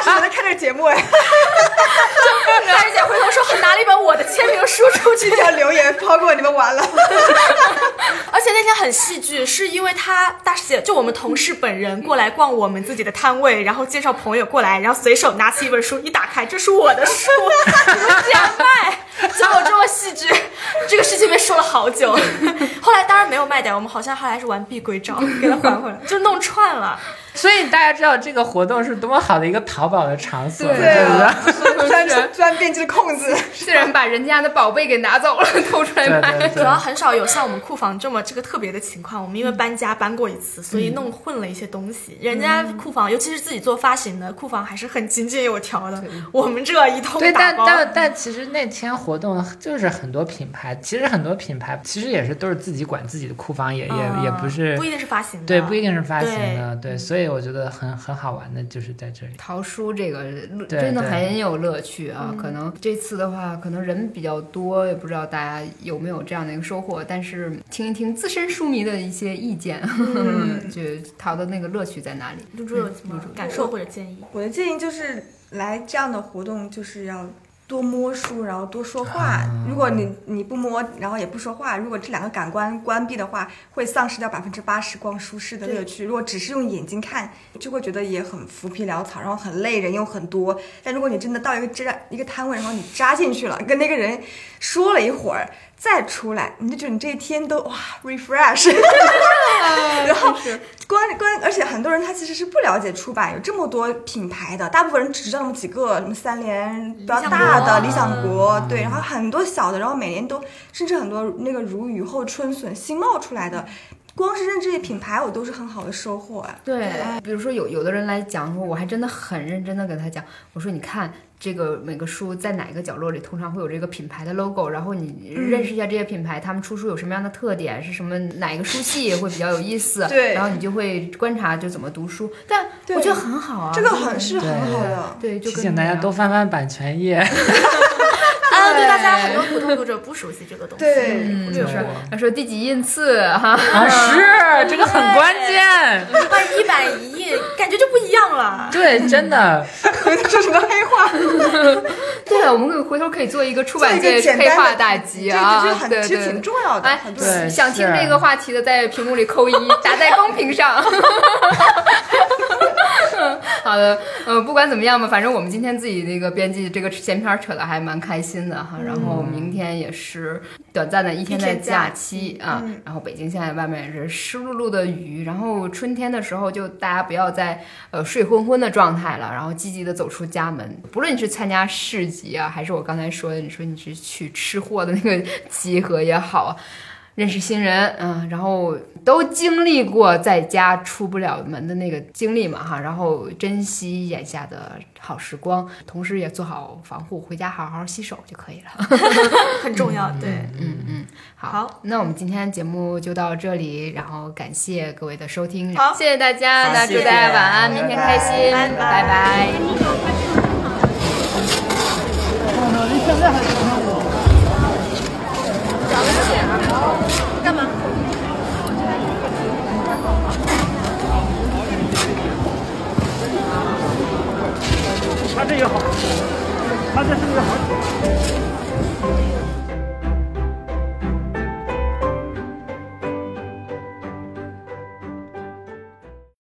时在看这个节目哎， 大姐回头说拿了一本我的签名书出去， 这条留言抛过你们完了。 而且那天很戏剧，是因为大师姐就我们同事本人过来逛我们自己的摊位，然后介绍朋友过来，然后随手拿起一本书一打开，这是我的书，这样卖，怎么这么戏剧？这个事情被说了好久，后来当然没有卖掉，我们好像后来是完璧归赵，给他还回来，就弄串了。 所以大家知道这个活动是多么好的一个淘宝的场所， 对不对？ 专编织空子， 虽然把人家的宝贝给拿走了，偷出来卖。 对主要很少有像我们库房这个特别的情况，我们因为搬家搬过一次，所以弄混了一些东西。人家库房，尤其是自己做发行的库房，还是很井井有条的。我们这一通打包。 对，但其实那天活动就是很多品牌，其实很多品牌其实也是都是自己管自己的库房，也不是不一定是发行的， 对，不一定是发行的，对，所以我觉得很好玩的就是在这里。 淘书这个真的很有乐趣啊！可能这次的话，可能人比较多，也不知道大家有没有这样的一个收获。但是听一听资深书迷的一些意见，就淘的那个乐趣在哪里？ 露珠有什么感受或者建议？ 我的建议就是来这样的活动就是要多摸书，然后多说话。如果你不摸，然后也不说话，如果这两个感官关闭的话，会丧失掉80%逛书市的乐趣。如果只是用眼睛看，就会觉得也很浮皮潦草，然后很累，人又很多。但如果你真的到一个摊位，然后你扎进去了，跟那个人说了一会儿，再出来，你就觉得你这一天都哇 refresh。然后而且很多人他其实是不了解出版有这么多品牌的，大部分人只知道那么几个，什么三联比较大的理想国，对，然后很多小的，然后每年都甚至很多那个如雨后春笋新冒出来的。光是认这些品牌，我都是很好的收获啊。 对，比如说有的人来讲，我还真的很认真的跟他讲，我说你看这个每个书在哪个角落里通常会有这个品牌的 logo， 然后你认识一下这些品牌，他们出书有什么样的特点，是什么哪一个书系会比较有意思， 对， 然后你就会观察就怎么读书，但我觉得很好啊， 这个是很好的， 对，就提醒大家多翻翻版权页。 对大家很多普通读者不熟悉这个东西， 对， 就是他说第几印次哈， 是这个很关键， 一版一印感觉就不一样了。 对，真的。 说什么黑话？ 对啊，我们回头可以做一个出版界黑话大集啊， 对，其实挺重要的。 对，想听这个话题的，在屏幕里扣1，打在公屏上。好的，不管怎么样吧，反正我们今天自己那个编辑这个闲篇扯的还蛮开心的哈。然后明天也是短暂的一天的假期啊。然后北京现在外面也是湿漉漉的雨，然后春天的时候就大家不要再睡昏昏的状态了，然后积极的走出家门。不论你是参加市集啊，还是我刚才说的，你说你是去吃货的那个集合也好。认识新人，然后都经历过在家出不了门的那个经历嘛哈，然后珍惜眼下的好时光，同时也做好防护，回家好好洗手就可以了， 很重要。对， 好，那我们今天节目就到这里，然后感谢各位的收听， 好， 谢谢大家，那祝大家晚安，明天开心，拜拜。 干嘛？ 他这个好，他这是不是好？